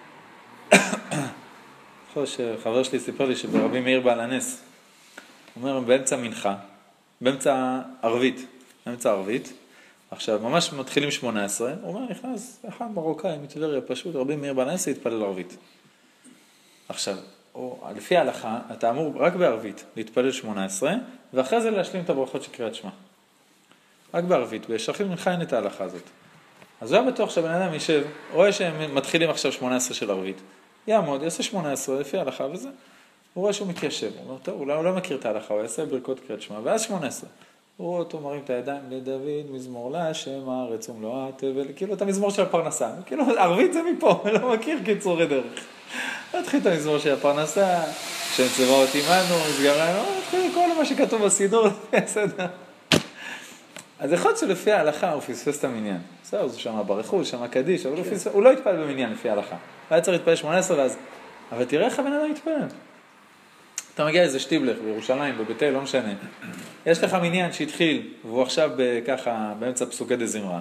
חבר שלי סיפר לי שברבי מאיר בעל הנס, הוא אומר, באמצע מנחה, באמצע ערבית, באמצע ערבית, עכשיו ממש מתחילים שמונה עשרה, הוא אומר, נכנס אחד מרוקאי מטבריה פשוט, רבי מאיר בעל הנס להתפלל ערבית. עכשיו, או, לפי ההלכה, אתה אמור רק בערבית להתפלל שמונה עשרה, ואחרי זה להשלים את הברכות של קריאת שמע. רק בערבית, בשחרית מנחה אין את ההלכה הזאת. אז הוא היה בטוח שהבן אדם יישב, רואה שהם מתחילים עכשיו שמונה עשרה של ערבית, יעמוד, יעשה שמונה עשרה לפי ההלכה וזה, הוא רואה שהוא מתיישב, הוא אומר, טוב, אולי הוא לא מכיר את ההלכה, הוא יעשה ברכות קריאת שמע, ואז שמונה עשרה. הוא רואה אותו מרים את הידיים לדוד, מזמור להשם הארץ ומלואה תבל, כאילו את המזמור של הפרנסה, כאילו ערבית זה מפה, לא מכיר קיצורי דרך. התחיל את המזמור של הפרנסה, שם צבאות עמנו, סגר לנו, התחיל כל מה שכתוב בסידור, בסדר. אז יכול להיות שלפי ההלכה הוא פספס את המניין. בסדר, זה שם ברכות, שם קדיש, אבל הוא לא התפלל במניין לפי ההלכה. היה צריך להתפלל שמונה עשרה ואז, אבל תראה איך הבן אדם מתפלל. אתה מגיע איזה שטיבלך בירושלים, בביתי, לא משנה. יש לך מניין שהתחיל, והוא עכשיו ככה באמצע פסוקי דזמרה.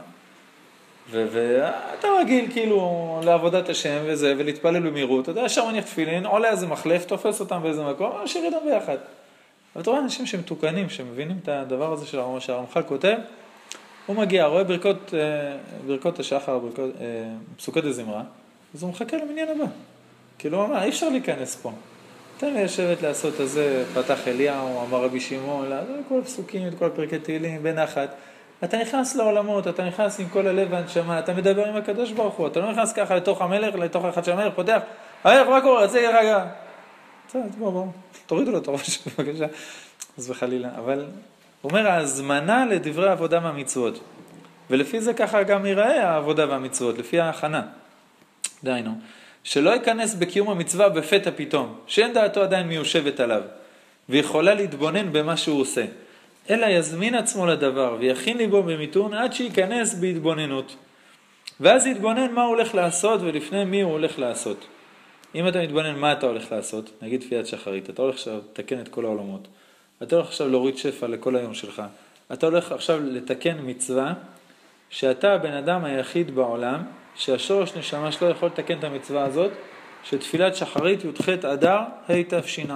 ואתה רגיל כאילו לעבודת השם וזה, ולהתפלל במהירות. אתה יודע, שם מניח תפילין, עולה איזה מחלף, תופס אותם באיזה מקום, משאיר ידם ביחד. אבל אתה רואה אנשים שמתוקנים, שמבינים את הדבר הזה של שהרמח"ל כותב, הוא מגיע, רואה ברכות, ברכות השחר, ברכות, פסוקי דזמרה, אז הוא מחכה למניין הבא. כאילו הוא אמר, אי אפשר להיכנס פה. תן לי לשבת לעשות הזה, פתח אליהו, אמר רבי שמעון, כל הפסוקים, את כל פרקי תהילים, בנחת. אתה נכנס לעולמות, אתה נכנס עם כל הלב והנשמה, אתה מדבר עם הקדוש ברוך הוא, אתה לא נכנס ככה לתוך המלך, לתוך אחד של המלך, פותח, המלך, מה קורה? זה יהיה רגע. בוא, בוא, תורידו לו את הראש, בבקשה. אז וחלילה. אבל הוא אומר, ההזמנה לדברי העבודה מהמצוות. ולפי זה ככה גם ייראה העבודה והמצוות, לפי ההכנה. דיינו. שלא ייכנס בקיום המצווה בפתע פתאום, שאין דעתו עדיין מיושבת עליו, ויכולה להתבונן במה שהוא עושה. אלא יזמין עצמו לדבר, ויכין ליבו במיתון, עד שייכנס בהתבוננות. ואז יתבונן מה הוא הולך לעשות, ולפני מי הוא הולך לעשות. אם אתה מתבונן מה אתה הולך לעשות, נגיד תפילת שחרית, אתה הולך עכשיו לתקן את כל העולמות, אתה הולך עכשיו להוריד שפע לכל היום שלך, אתה הולך עכשיו לתקן מצווה, שאתה הבן אדם היחיד בעולם, שהשורש נשמה שלו יכול לתקן את המצווה הזאת, שתפילת שחרית י"ח אדר ה' תשע"ה.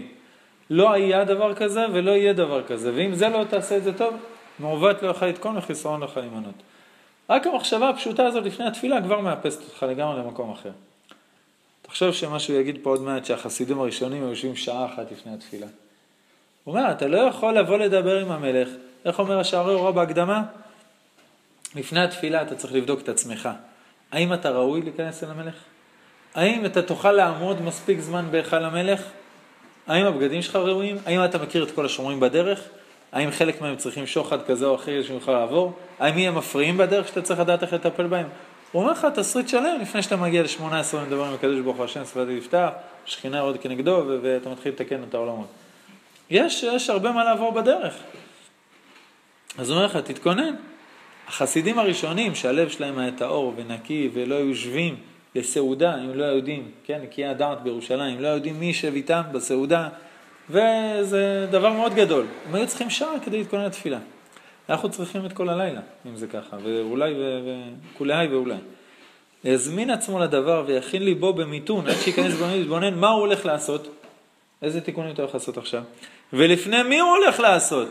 לא היה דבר כזה ולא יהיה דבר כזה, ואם זה לא תעשה את זה טוב, מעוות לא יוכל לתקון וחיסרון לא יוכל להימנות. רק המחשבה הפשוטה הזאת לפני התפילה כבר מאפסת אותך לגמרי למקום אחר. תחשוב שמשהו יגיד פה עוד מעט שהחסידים הראשונים יושבים שעה אחת לפני התפילה. הוא אומר, אתה לא יכול לבוא לדבר עם המלך. איך אומר השערי אורה בהקדמה? לפני התפילה אתה צריך לבדוק את עצמך. האם אתה ראוי להיכנס אל המלך? האם אתה תוכל לעמוד מספיק זמן בהיכל המלך? האם הבגדים שלך ראויים? האם אתה מכיר את כל השומרים בדרך? האם חלק מהם צריכים שוחד כזה או אחר שיוכל לעבור? האם הם מפריעים בדרך שאתה צריך לדעת איך לטפל בהם? הוא אומר לך, תסריט שלם לפני שאתה מגיע ל-שמונה עשרה ומדבר עם הקדוש ברוך הוא השם, שפת יפתח, שכינה עוד כנגדו, ואתה מתחיל לתקן את העולמות. יש, יש הרבה מה לעבור בדרך. אז הוא אומר לך, תתכונן. החסידים הראשונים שהלב שלהם היה טהור ונקי ולא יושבים לסעודה, אם לא יודעים, כן, נקייה הדעת בירושלים, לא יודעים מי ישב איתם בסעודה, וזה דבר מאוד גדול. הם היו צריכים שעה כדי להתכונן לתפילה. אנחנו צריכים את כל הלילה, אם זה ככה, ואולי וכולי ואולי. יזמין עצמו לדבר ויכין ליבו במיתון, עד שיכנס במיתון להתבונן מה הוא הולך לעשות. איזה תיקונים אתה הולך לעשות עכשיו? ולפני מי הוא הולך לעשות?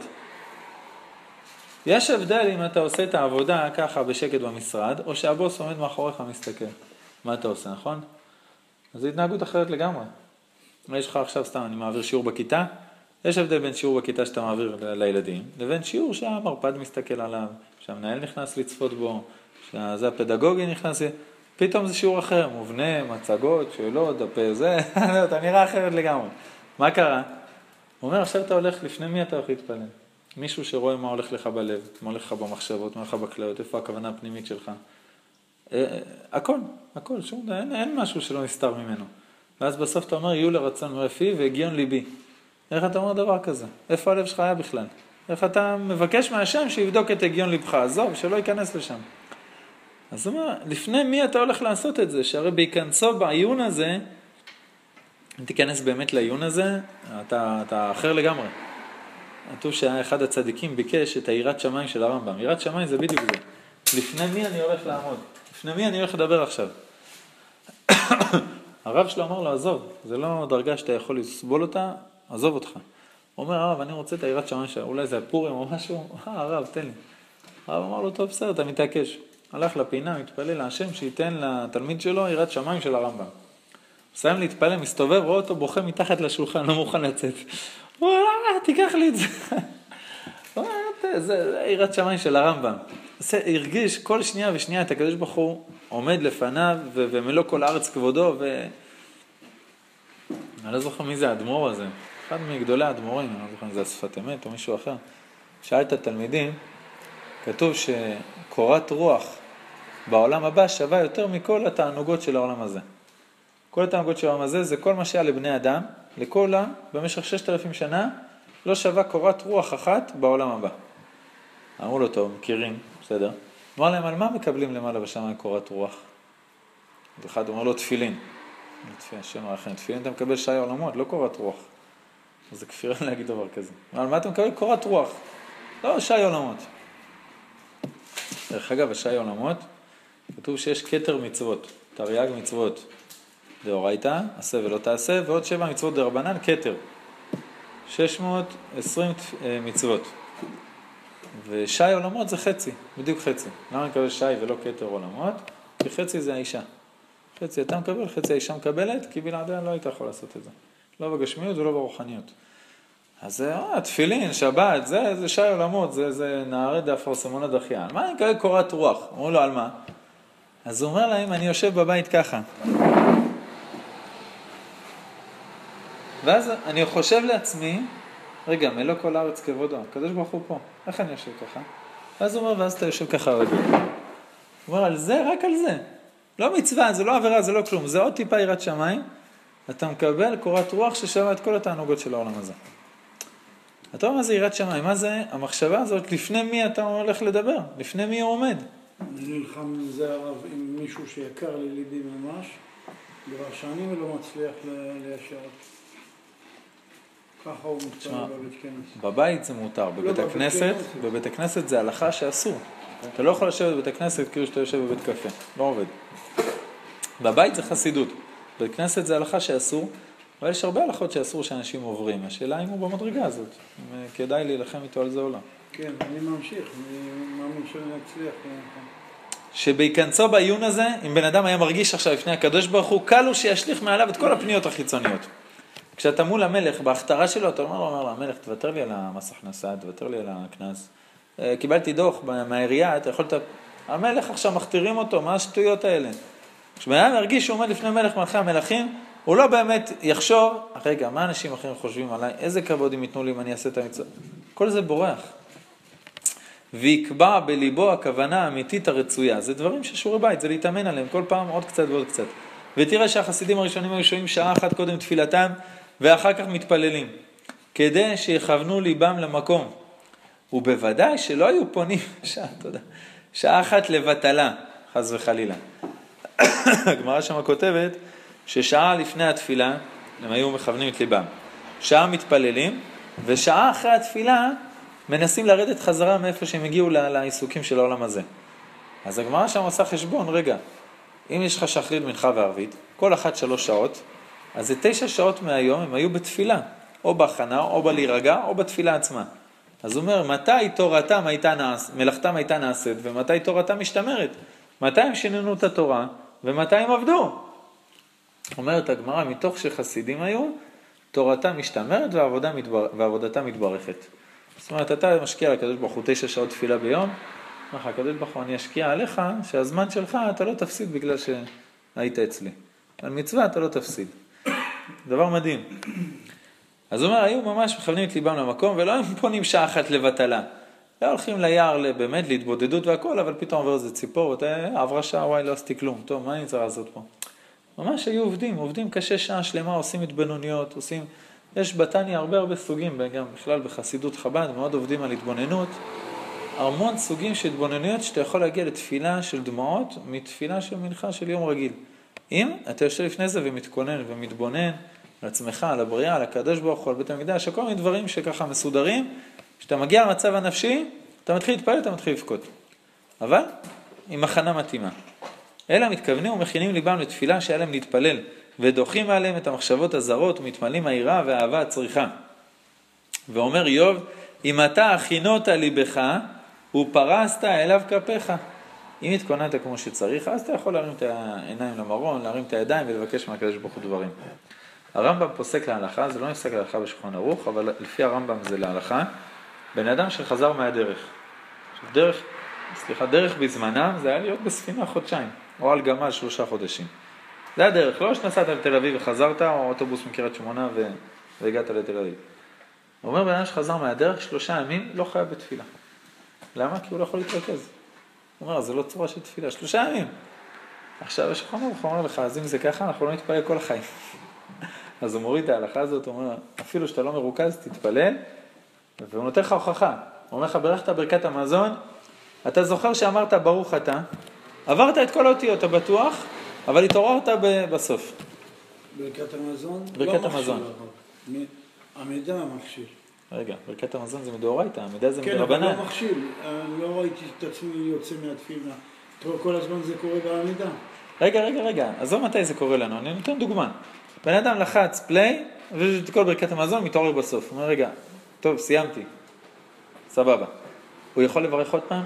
יש הבדל אם אתה עושה את העבודה ככה בשקט במשרד, או שהבוס עומד מאחוריך מסתכל. מה אתה עושה, נכון? אז זו התנהגות אחרת לגמרי. יש לך עכשיו סתם, אני מעביר שיעור בכיתה, יש הבדל בין שיעור בכיתה שאתה מעביר לילדים, לבין שיעור שהמרפד מסתכל עליו, שהמנהל נכנס לצפות בו, שזה הפדגוגי נכנס, פתאום זה שיעור אחר, מובנה, מצגות, שאלות, דפי, זה, אתה נראה אחרת לגמרי. מה קרה? הוא אומר, עכשיו אתה הולך, לפני מי אתה הולך להתפלל? מישהו שרואה מה הולך לך בלב, מה הולך לך במחשבות, מה הולך לך בכליות, איפה הכוונה הפנימית שלך. הכל, הכל, שום, אין, אין משהו שלא נסתר ממנו. ואז בסוף אתה אומר, יהיו לרצון מרפי והגיון ליבי. איך אתה אומר דבר כזה? איפה הלב שלך היה בכלל? איך אתה מבקש מהשם שיבדוק את הגיון לבך? עזוב, שלא ייכנס לשם. אז הוא אומר, לפני מי אתה הולך לעשות את זה? שהרי בהיכנסו בעיון הזה, אם תיכנס באמת לעיון הזה, אתה, אתה אחר לגמרי. כתוב שהיה אחד הצדיקים ביקש את היראת שמיים של הרמב"ם. יראת שמיים זה בדיוק זה. לפני מי אני הולך לעמוד? לפני מי אני הולך לדבר עכשיו? הרב שלו אמר לו, עזוב, זה לא דרגה שאתה יכול לסבול אותה, עזוב אותך. הוא אומר, הרב, אני רוצה את היראת שמיים שלה, אולי זה הפורים או משהו, אה, הרב, תן לי. הרב אמר לו, טוב, בסדר, אתה מתעקש. הלך לפינה, מתפלל להשם, שייתן לתלמיד שלו יראת שמיים של הרמב"ם. מסיים להתפלל, מסתובב, רואה אותו בוכה מתחת לשולחן, לא מוכן לצאת. הוא אומר, תיקח לי את זה. הוא אומר, זה יראת שמיים של הרמב"ם. הרגיש כל שנייה ושנייה את הקדוש ברוך הוא עומד לפניו ומלוא כל הארץ כבודו ו... אני לא זוכר מי זה האדמו"ר הזה, אחד מגדולי האדמו"רים, אני לא זוכר אם זה השפת אמת או מישהו אחר. שאל את התלמידים, כתוב שקורת רוח בעולם הבא שווה יותר מכל התענוגות של העולם הזה. כל התענוגות של העולם הזה זה כל מה שהיה לבני אדם, לכל העם, במשך ששת אלפים שנה, לא שווה קורת רוח אחת בעולם הבא. אמרו לו, טוב, מכירים, בסדר. אמר להם, על מה מקבלים למעלה בשמיים קורת רוח? אחד אומר לו, תפילין. תפילין, השם הרחם, תפילין אתה מקבל שי עולמות, לא קורת רוח. אז זה כפירה להגיד דבר כזה. על מה אתה מקבל? קורת רוח. לא, שי עולמות. דרך אגב, השי עולמות, כתוב שיש כתר מצוות, תרי"ג מצוות. דאורייתא, עשה ולא תעשה, ועוד שבע מצוות דרבנן, כתר. שש מאות ועשרים מצוות. ושי עולמות זה חצי, בדיוק חצי. למה מקבל שי ולא כתר עולמות? כי חצי זה האישה. חצי אתה מקבל, חצי האישה מקבלת, כי בלעדיה לא היית יכול לעשות את זה. לא בגשמיות ולא ברוחניות. אז זה, אה, תפילין, שבת, זה, זה שי עולמות, זה, זה נערי דאפרסמונה דחיין. מה אני מקבל קורת רוח? אמרו לו, על מה? אז הוא אומר להם, אני יושב בבית ככה. ואז אני חושב לעצמי, רגע, מלוא כל הארץ כבודו, הקדוש ברוך הוא פה, איך אני יושב ככה? ואז הוא אומר, ואז אתה יושב ככה רגע. הוא אומר, על זה, רק על זה. לא מצווה, זה לא עבירה, זה לא כלום, זה עוד טיפה יראת שמיים, אתה מקבל קורת רוח ששווה את כל התענוגות של העולם הזה. אתה אומר, מה זה יראת שמיים? מה זה המחשבה הזאת? לפני מי אתה הולך לדבר? לפני מי הוא עומד? אני נלחם עם זה הרב, עם מישהו שיקר לליבי ממש, דבר שאני ולא מצליח ליישר אותו. ככה הוא מתפלל בבית כנסת. בבית זה מותר, בבית הכנסת, בבית הכנסת זה הלכה שאסור. אתה לא יכול לשבת בבית הכנסת כאילו שאתה יושב בבית קפה, לא עובד. בבית זה חסידות, בבית כנסת זה הלכה שאסור, אבל יש הרבה הלכות שאסור שאנשים עוברים. השאלה אם הוא במדרגה הזאת, אם כדאי להילחם איתו על זה או לא. כן, אני ממשיך, אני מאמין שאני אצליח. שבהיכנסו בעיון הזה, אם בן אדם היה מרגיש עכשיו לפני הקדוש ברוך הוא, קל הוא שישליך מעליו את כל הפניות החיצוניות. כשאתה מול המלך, בהכתרה שלו, אתה אומר לו, אומר לו, המלך, תוותר לי על המס הכנסה, תוותר לי על הכנס. קיבלתי דוח מהעירייה, אתה יכול... המלך עכשיו מכתירים אותו, מה השטויות האלה? כשבן אדם מרגיש שהוא עומד לפני מלך מלכי המלכים, הוא לא באמת יחשוב, רגע, מה אנשים אחרים חושבים עליי? איזה כבוד הם ייתנו לי אם אני אעשה את המצווה? כל זה בורח. ויקבע בליבו הכוונה האמיתית הרצויה. זה דברים ששיעורי בית, זה להתאמן עליהם כל פעם עוד קצת ועוד קצת. ותראה שהחסידים הראשונים היו שוהים שעה אחת קודם תפילתם, ואחר כך מתפללים, כדי שיכוונו ליבם למקום. ובוודאי שלא היו פונים, שעה, תודה, שעה אחת לבטלה, חס וחלילה. הגמרא שם כותבת, ששעה לפני התפילה, הם היו מכוונים את ליבם. שעה מתפללים, ושעה אחרי התפילה, מנסים לרדת חזרה מאיפה שהם הגיעו לעיסוקים של העולם הזה. אז הגמרא שם עושה חשבון, רגע, אם יש לך שחרית, מנחה וערבית, כל אחת שלוש שעות, אז זה תשע שעות מהיום הם היו בתפילה, או בהכנה, או בלהירגע, או בתפילה עצמה. אז הוא אומר, מתי תורתם הייתה נעשית, מלאכתם הייתה נעשית, ומתי תורתם משתמרת? מתי הם שיננו את התורה, ומתי הם עבדו? אומרת הגמרא, מתוך שחסידים היו, תורתם משתמרת ועבודה מתבר... ועבודתם מתברכת. זאת אומרת, אתה משקיע לקדוש ברוך הוא תשע שעות תפילה ביום, אומר, הקדוש ברוך הוא, אני אשקיע עליך, שהזמן שלך אתה לא תפסיד בגלל שהיית אצלי. על מצווה אתה לא תפסיד. דבר מדהים. אז הוא אומר, היו ממש מכוונים את ליבם למקום, ולא הם פונים שעה אחת לבטלה. לא הולכים ליער באמת להתבודדות והכל, אבל פתאום עובר איזה ציפור, ואתה עברה שעה, וואי, לא עשיתי כלום. טוב, מה אני צריך לעשות פה? ממש היו עובדים, עובדים קשה שעה שלמה, עושים התבוננויות, עושים... יש בתניא הרבה הרבה סוגים, גם בכלל בחסידות חב"ד, מאוד עובדים על התבוננות. המון סוגים של התבוננויות שאתה יכול להגיע לתפילה של דמעות, מתפילה של מנחה של יום רגיל. אם אתה יושב לפני זה ומתכונן ומתבונן על עצמך, על הבריאה, על הקדוש ברוך הוא, על בית המקדש, כל מיני דברים שככה מסודרים, כשאתה מגיע למצב הנפשי, אתה מתחיל להתפלל, אתה מתחיל לבכות. אבל עם הכנה מתאימה. אלא מתכוונים ומכינים ליבם לתפילה שהיה להם להתפלל, ודוחים עליהם את המחשבות הזרות, ומתמלאים היראה והאהבה הצריכה. ואומר איוב, אם אתה הכינות ליבך, ופרסת אליו כפיך. אם התכוננת כמו שצריך, אז אתה יכול להרים את העיניים למרון, להרים את הידיים ולבקש מהקדוש ברוך הוא דברים. הרמב"ם פוסק להלכה, זה לא נפסק להלכה בשולחן ערוך, אבל לפי הרמב"ם זה להלכה, בן אדם שחזר מהדרך. דרך, סליחה, דרך בזמנם זה היה להיות בספינה חודשיים, או על גמל שלושה חודשים. זה הדרך, לא שנסעת לתל אביב וחזרת, או אוטובוס מקריית שמונה ו... והגעת לתל אביב. הוא אומר, בן אדם שחזר מהדרך, שלושה ימים לא חייב בתפילה. למה? כי הוא לא יכול להתרכז. הוא אומר, זה לא צורה של תפילה, שלושה ימים. עכשיו יש לך אומר, הוא אומר לך, אז אם זה ככה, אנחנו לא נתפלל כל החיים. אז הוא מוריד את ההלכה הזאת, הוא אומר, אפילו שאתה לא מרוכז, תתפלל, והוא נותן לך הוכחה. הוא אומר לך, ברכת ברכת המזון, אתה זוכר שאמרת ברוך אתה, עברת את כל האותיות, אתה בטוח, אבל התעוררת בסוף. ברכת המזון? ברכת המזון. המידע מכשיל. רגע, ברכת המזון זה מדאורייתא, המידע זה כן, מדרבנן. אבל לא מכשיל. אני לא ראיתי את עצמי יוצא מהתפילה. כל הזמן זה קורה בעמידה. רגע, רגע, רגע, עזוב מתי זה קורה לנו, אני נותן דוגמה. בן אדם לחץ פליי, וכל ברכת המזון מתעורר בסוף. הוא אומר, רגע, טוב, סיימתי. סבבה. הוא יכול לברך עוד פעם?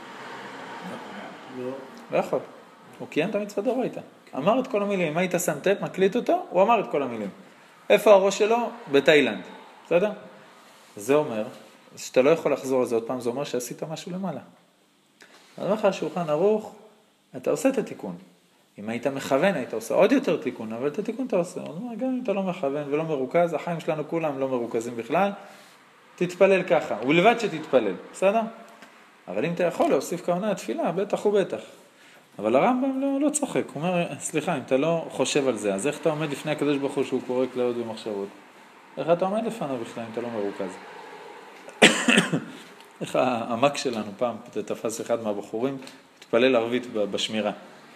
לא. לא יכול. הוא קיים את המצווה דאורייתא. אמר את כל המילים. אם היית שם טפ, מקליט אותו, הוא אמר את כל המילים. איפה הראש שלו? בתאילנד. בסדר? זה אומר, שאתה לא יכול לחזור על זה עוד פעם, זה אומר שעשית משהו למעלה. אז אומר לך, שולחן ערוך, אתה עושה את התיקון. אם היית מכוון, היית עושה עוד יותר תיקון, אבל את התיקון אתה עושה. הוא אומר, גם אם אתה לא מכוון ולא מרוכז, החיים שלנו כולם לא מרוכזים בכלל, תתפלל ככה, ולבד שתתפלל, בסדר? אבל אם אתה יכול להוסיף כהונה תפילה, בטח ובטח. אבל הרמב"ם לא, לא צוחק, הוא אומר, סליחה, אם אתה לא חושב על זה, אז איך אתה עומד לפני הקדוש ברוך הוא שהוא קורא כליות ומחשבות? איך אתה עומד לפניו בכלל אם אתה לא מרוכז? איך העמק שלנו פעם, תפס אחד מהבחורים, התפלל ערבית בשמירה.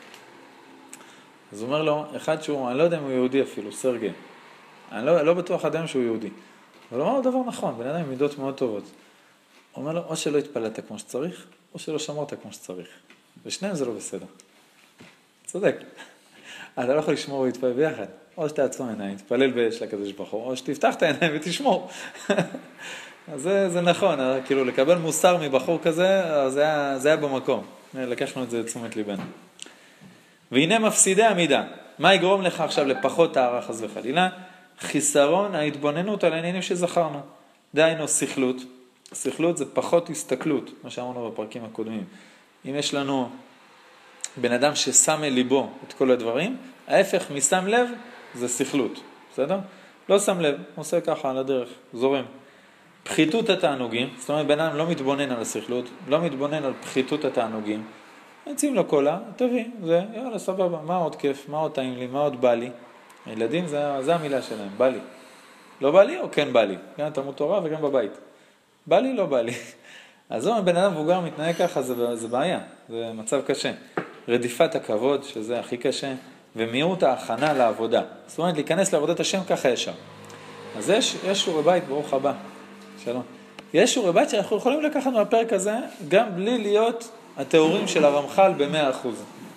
אז הוא אומר לו, אחד שהוא, אני לא יודע אם הוא יהודי אפילו, סרגי. אני לא, לא בטוח אדם שהוא יהודי. אבל הוא אומר לו דבר נכון, בן אדם עם מידות מאוד טובות. הוא אומר לו, או שלא התפללת כמו שצריך, או שלא שמרת כמו שצריך. ושניהם זה לא בסדר. צודק. אתה לא יכול לשמור ולהתפלל ביחד. או שתעצום עיניים, תתפלל באש לקדוש ברוך הוא, או שתפתח את העיניים ותשמור. אז זה, זה נכון, כאילו לקבל מוסר מבחור כזה, זה היה, זה היה במקום. לקחנו את זה לתשומת ליבנו. והנה מפסידי המידה. מה יגרום לך עכשיו לפחות טהרה חס וחלילה? חיסרון ההתבוננות על העניינים שזכרנו. דהיינו שכלות. שכלות זה פחות הסתכלות, מה שאמרנו בפרקים הקודמים. אם יש לנו בן אדם ששם אל ליבו את כל הדברים, ההפך משם לב זה שכלות. בסדר? לא שם לב, עושה ככה על הדרך, זורם. פחיתות התענוגים, זאת אומרת בן אדם לא מתבונן על השכלות, לא מתבונן על פחיתות התענוגים. יוצאים לו קולה, תביא, זה, יאללה, סבבה, מה עוד כיף, מה עוד טעים לי, מה עוד בא לי. הילדים, זה, זה המילה שלהם, בא לי. לא בא לי או כן בא לי? גם תלמוד תורה וגם בבית. בא לי, לא בא לי. אז זו, בן אדם מבוגר מתנהג ככה, זה, זה בעיה, זה מצב קשה. רדיפת הכבוד, שזה הכי קשה, ומיעוט ההכנה לעבודה. זאת אומרת, להיכנס לעבודת השם ככה ישר. אז יש, יש שיעורי בית, ברוך הבא. שלום. יש שיעורי בית שאנחנו יכולים לקחת מהפרק הזה, גם בלי להיות התיאורים של הרמח"ל במאה אחוז.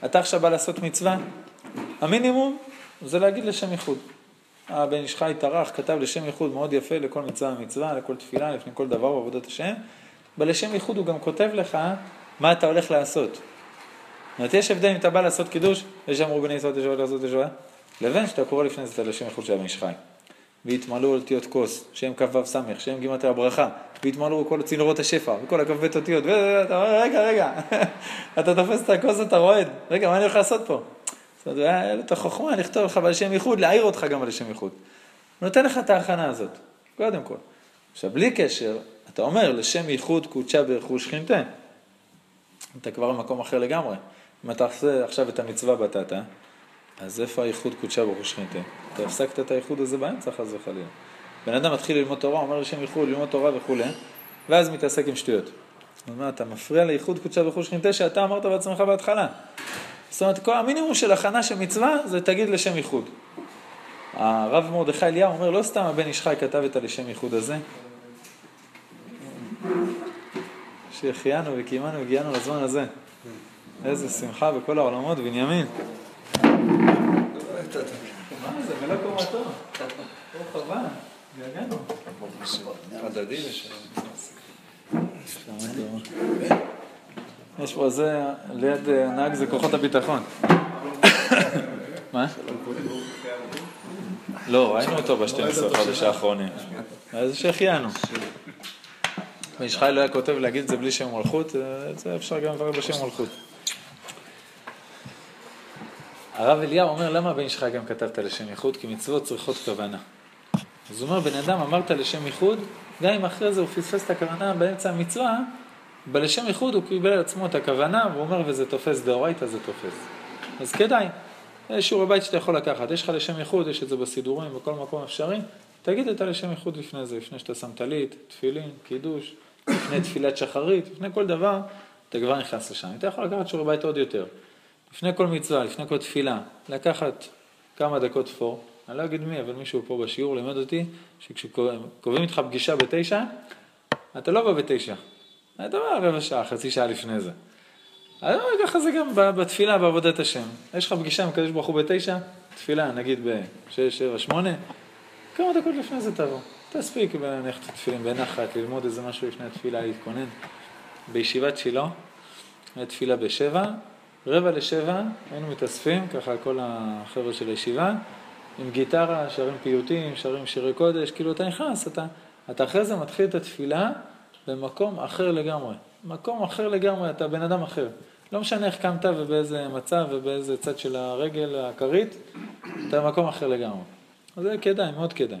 אתה עכשיו בא לעשות מצווה, המינימום זה להגיד לשם ייחוד. הבן איש חי טרח, כתב לשם ייחוד מאוד יפה לכל מצווה ומצווה, לכל תפילה, לפני כל דבר בעבודת השם. בלשם ייחוד הוא גם כותב לך מה אתה הולך לעשות. זאת אומרת, יש הבדל אם אתה בא לעשות קידוש, יש אמרו בני ישראל תשבע לעשות תשבע, לבין שאתה קורא לפני זה לשם ייחוד של הבן איש חי. והתמלאו על אותיות כוס, שם כף וו סמך, שם גימטריה ברכה, והתמלאו כל צינורות השפע, וכל הכ"ב אותיות, ואתה אומר, רגע, רגע, אתה תופס את הכוס, אתה רועד, רגע, מה אני הולך לעשות פה? זאת אומרת, היה את החוכמה לכתוב לך בלשם ייחוד, להעיר אותך גם בלשם ייחוד. הוא נותן לך את ההכנה הזאת, קודם כל. עכשיו, בלי קשר, אתה אומר, לשם ייחוד קודשה ברכו שכינתה. אתה כבר במקום אחר לגמרי. אם אתה עושה עכשיו את המצווה בתתה, אז איפה הייחוד קודשה ברכו שכינתה? אתה הפסקת את הייחוד הזה באמצע, חס וחלילה. בן אדם מתחיל ללמוד תורה, אומר לשם ייחוד, ללמוד תורה וכו', ואז מתעסק עם שטויות. זאת אומרת, אתה מפריע לייחוד קודשה ברכו שכינתה שאתה אמרת בעצמך בהתחלה. זאת אומרת, כל המינימום של הכנה של מצווה זה תגיד לשם ייחוד. הרב מרדכי אליהו אומר, לא סתם הבן איש חי כתב את הלשם ייחוד הזה, שהחיינו וקיימנו והגיענו לזמן הזה. איזה שמחה בכל העולמות, בנימין. מה זה, מלא קומתו. ברוך הבא, געגענו. חדדים יש. יש פה זה, ליד נהג זה כוחות הביטחון. מה? לא, ראינו אותו ב-שנים עשר חודש האחרונים. איזה שהחיינו. איש חי לא היה כותב להגיד את זה בלי שם מלכות, זה אפשר גם לברר בשם מלכות. הרב אליהו אומר, למה בן איש חי גם כתבת לשם ייחוד? כי מצוות צריכות כוונה. אז הוא אומר, בן אדם אמרת לשם ייחוד, גם אם אחרי זה הוא פספס את הכוונה באמצע המצווה, בלשם ייחוד הוא קיבל על עצמו את הכוונה, והוא אומר, וזה תופס דאורייתא, זה תופס. אז כדאי, יש שיעורי בית שאתה יכול לקחת, יש לך לשם ייחוד, יש את זה בסידורים, בכל מקום אפשרי, תגיד את הלשם ייחוד לפני זה, לפני שאתה שם טלית, תפילין, קידוש, לפני תפילת שחרית, לפני כל דבר, אתה כבר נכנס לשם. אתה יכול לקחת שיעורי בית עוד יותר. לפני כל מצווה, לפני כל תפילה, לקחת כמה דקות פור, אני לא אגיד מי, אבל מישהו פה בשיעור לימד אותי, שכשקובעים איתך פגישה בתשע, אתה לא בא בתשע, אתה בא רבע שעה, חצי שעה לפני זה. אז ככה זה גם בתפילה, בעבודת השם. יש לך פגישה עם קדוש ברוך הוא בתשע, תפילה, נגיד בשש, שבע, שמונה, כמה דקות לפני זה תבוא. תספיק בלכת תפילין בנחת, ללמוד איזה משהו לפני התפילה, להתכונן. בישיבת שילה, תפילה בשבע, רבע לשבע, היינו מתאספים, ככה כל החבר'ה של הישיבה, עם גיטרה, שרים פיוטים, שרים שירי קודש, כאילו אתה נכנס, אתה, אתה אחרי זה מתחיל את התפילה במקום אחר לגמרי. מקום אחר לגמרי, אתה בן אדם אחר. לא משנה איך קמת ובאיזה מצב ובאיזה צד של הרגל הכרית, אתה במקום אחר לגמרי. אז זה כדאי, מאוד כדאי.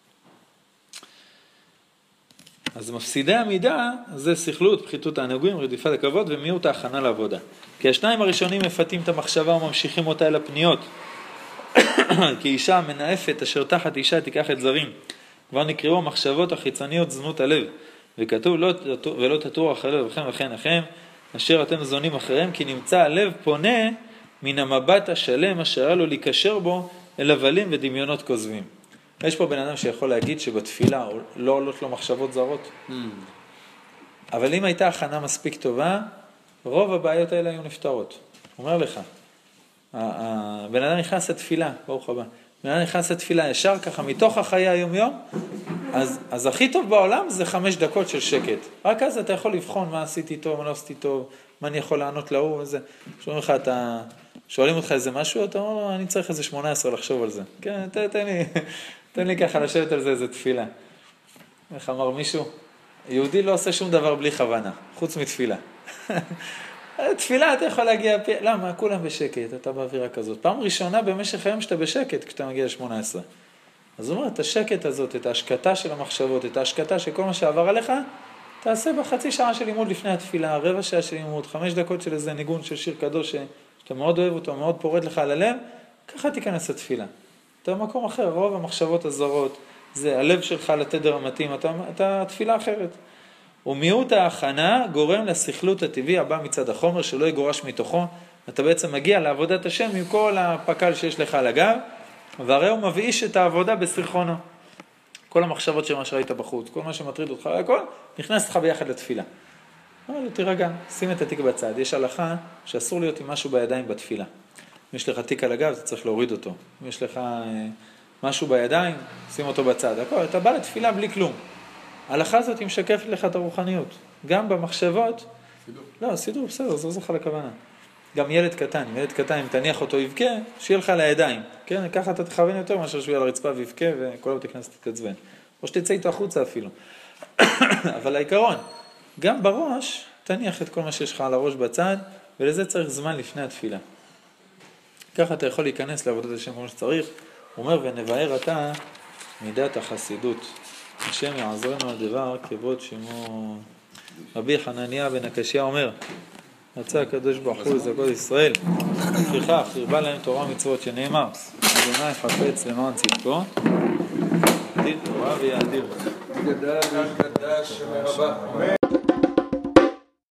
אז מפסידי המידה זה סכלות, פחיתות הענגים, רדיפת הכבוד ומיעוט ההכנה לעבודה. כי השניים הראשונים מפתים את המחשבה וממשיכים אותה אל הפניות. כי אישה מנאפת אשר תחת אישה תיקח את זרים. כבר נקראו המחשבות החיצוניות זנות הלב. וכתוב לא, ולא תטור אחרי לבכם וכן לכם, אשר אתם זונים אחריהם, כי נמצא הלב פונה מן המבט השלם אשר היה לו להיקשר בו אל הבלים ודמיונות כוזבים. יש פה בן אדם שיכול להגיד שבתפילה לא עולות לו מחשבות זרות. Mm. אבל אם הייתה הכנה מספיק טובה, רוב הבעיות האלה היו נפתרות. אומר לך, הבן אדם נכנס לתפילה, ברוך הבא, בן אדם נכנס לתפילה ישר ככה מתוך החיי היום יום, אז, אז הכי טוב בעולם זה חמש דקות של שקט. רק אז אתה יכול לבחון מה עשיתי טוב, מה לא עשיתי טוב, מה אני יכול לענות להוא וזה. שואלים לך, אתה, שואלים אותך איזה משהו, אתה אומר, אני צריך איזה שמונה עשרה לחשוב על זה. כן, ת, תן לי, תן לי ככה לשבת על זה איזה תפילה. איך אמר מישהו? יהודי לא עושה שום דבר בלי כוונה, חוץ מתפילה. תפילה אתה יכול להגיע, למה? כולם בשקט, אתה באווירה כזאת. פעם ראשונה במשך היום שאתה בשקט כשאתה מגיע ל-שמונה עשרה. אז הוא אומר, את השקט הזאת, את ההשקטה של המחשבות, את ההשקטה של כל מה שעבר עליך, תעשה בחצי שעה של לימוד לפני התפילה, רבע שעה של לימוד, חמש דקות של איזה ניגון של שיר קדוש שאתה מאוד אוהב אותו, מאוד פורד לך על הלב, ככה תיכנס לתפילה. אתה במקום אחר, רוב המחשבות הזרות, זה הלב שלך לתדר המתאים, אתה, אתה תפילה אחרת. ומיעוט ההכנה גורם לסכלות הטבעי הבא מצד החומר שלא יגורש מתוכו, אתה בעצם מגיע לעבודת השם עם כל הפקל שיש לך על הגב, והרי הוא מבאיש את העבודה בסרחונו. כל המחשבות שמה שראית בחוץ, כל מה שמטריד אותך, הכל נכנס לך ביחד לתפילה. אמר לו, תירגע, שים את התיק בצד. יש הלכה שאסור להיות עם משהו בידיים בתפילה. אם יש לך תיק על הגב, אתה צריך להוריד אותו. אם יש לך אה, משהו בידיים, שים אותו בצד. הכל, אתה בא לתפילה בלי כלום. ההלכה הזאת היא משקפת לך את הרוחניות. גם במחשבות... סידור. לא, סידור, בסדר, זו זכה לכוונה. גם ילד קטן, אם ילד קטן, אם תניח אותו יבכה, שיהיה לך לידיים. כן, ככה אתה תכוון יותר מאשר שהוא יהיה על הרצפה ויבכה, וכל עוד תכנס תתעצבן. או שתצא איתו החוצה אפילו. אבל העיקרון, גם בראש, תניח את כל מה שיש לך על הראש בצד, ולזה צריך זמן לפני התפילה. ככה אתה יכול להיכנס לעבודת השם כמו שצריך. הוא אומר, ונבאר אתה מידת החסידות. השם יעזרנו הדבר כבוד שמו. רבי חנניה בן הקשיא אומר, רצה הקדוש ברוך הוא לזכות ישראל, לפיכך הרבה להם תורה ומצוות שנאמר, אדוני חפץ למען צדקו, יגדיל תורה ויאדיר. גדל קדש מרבה.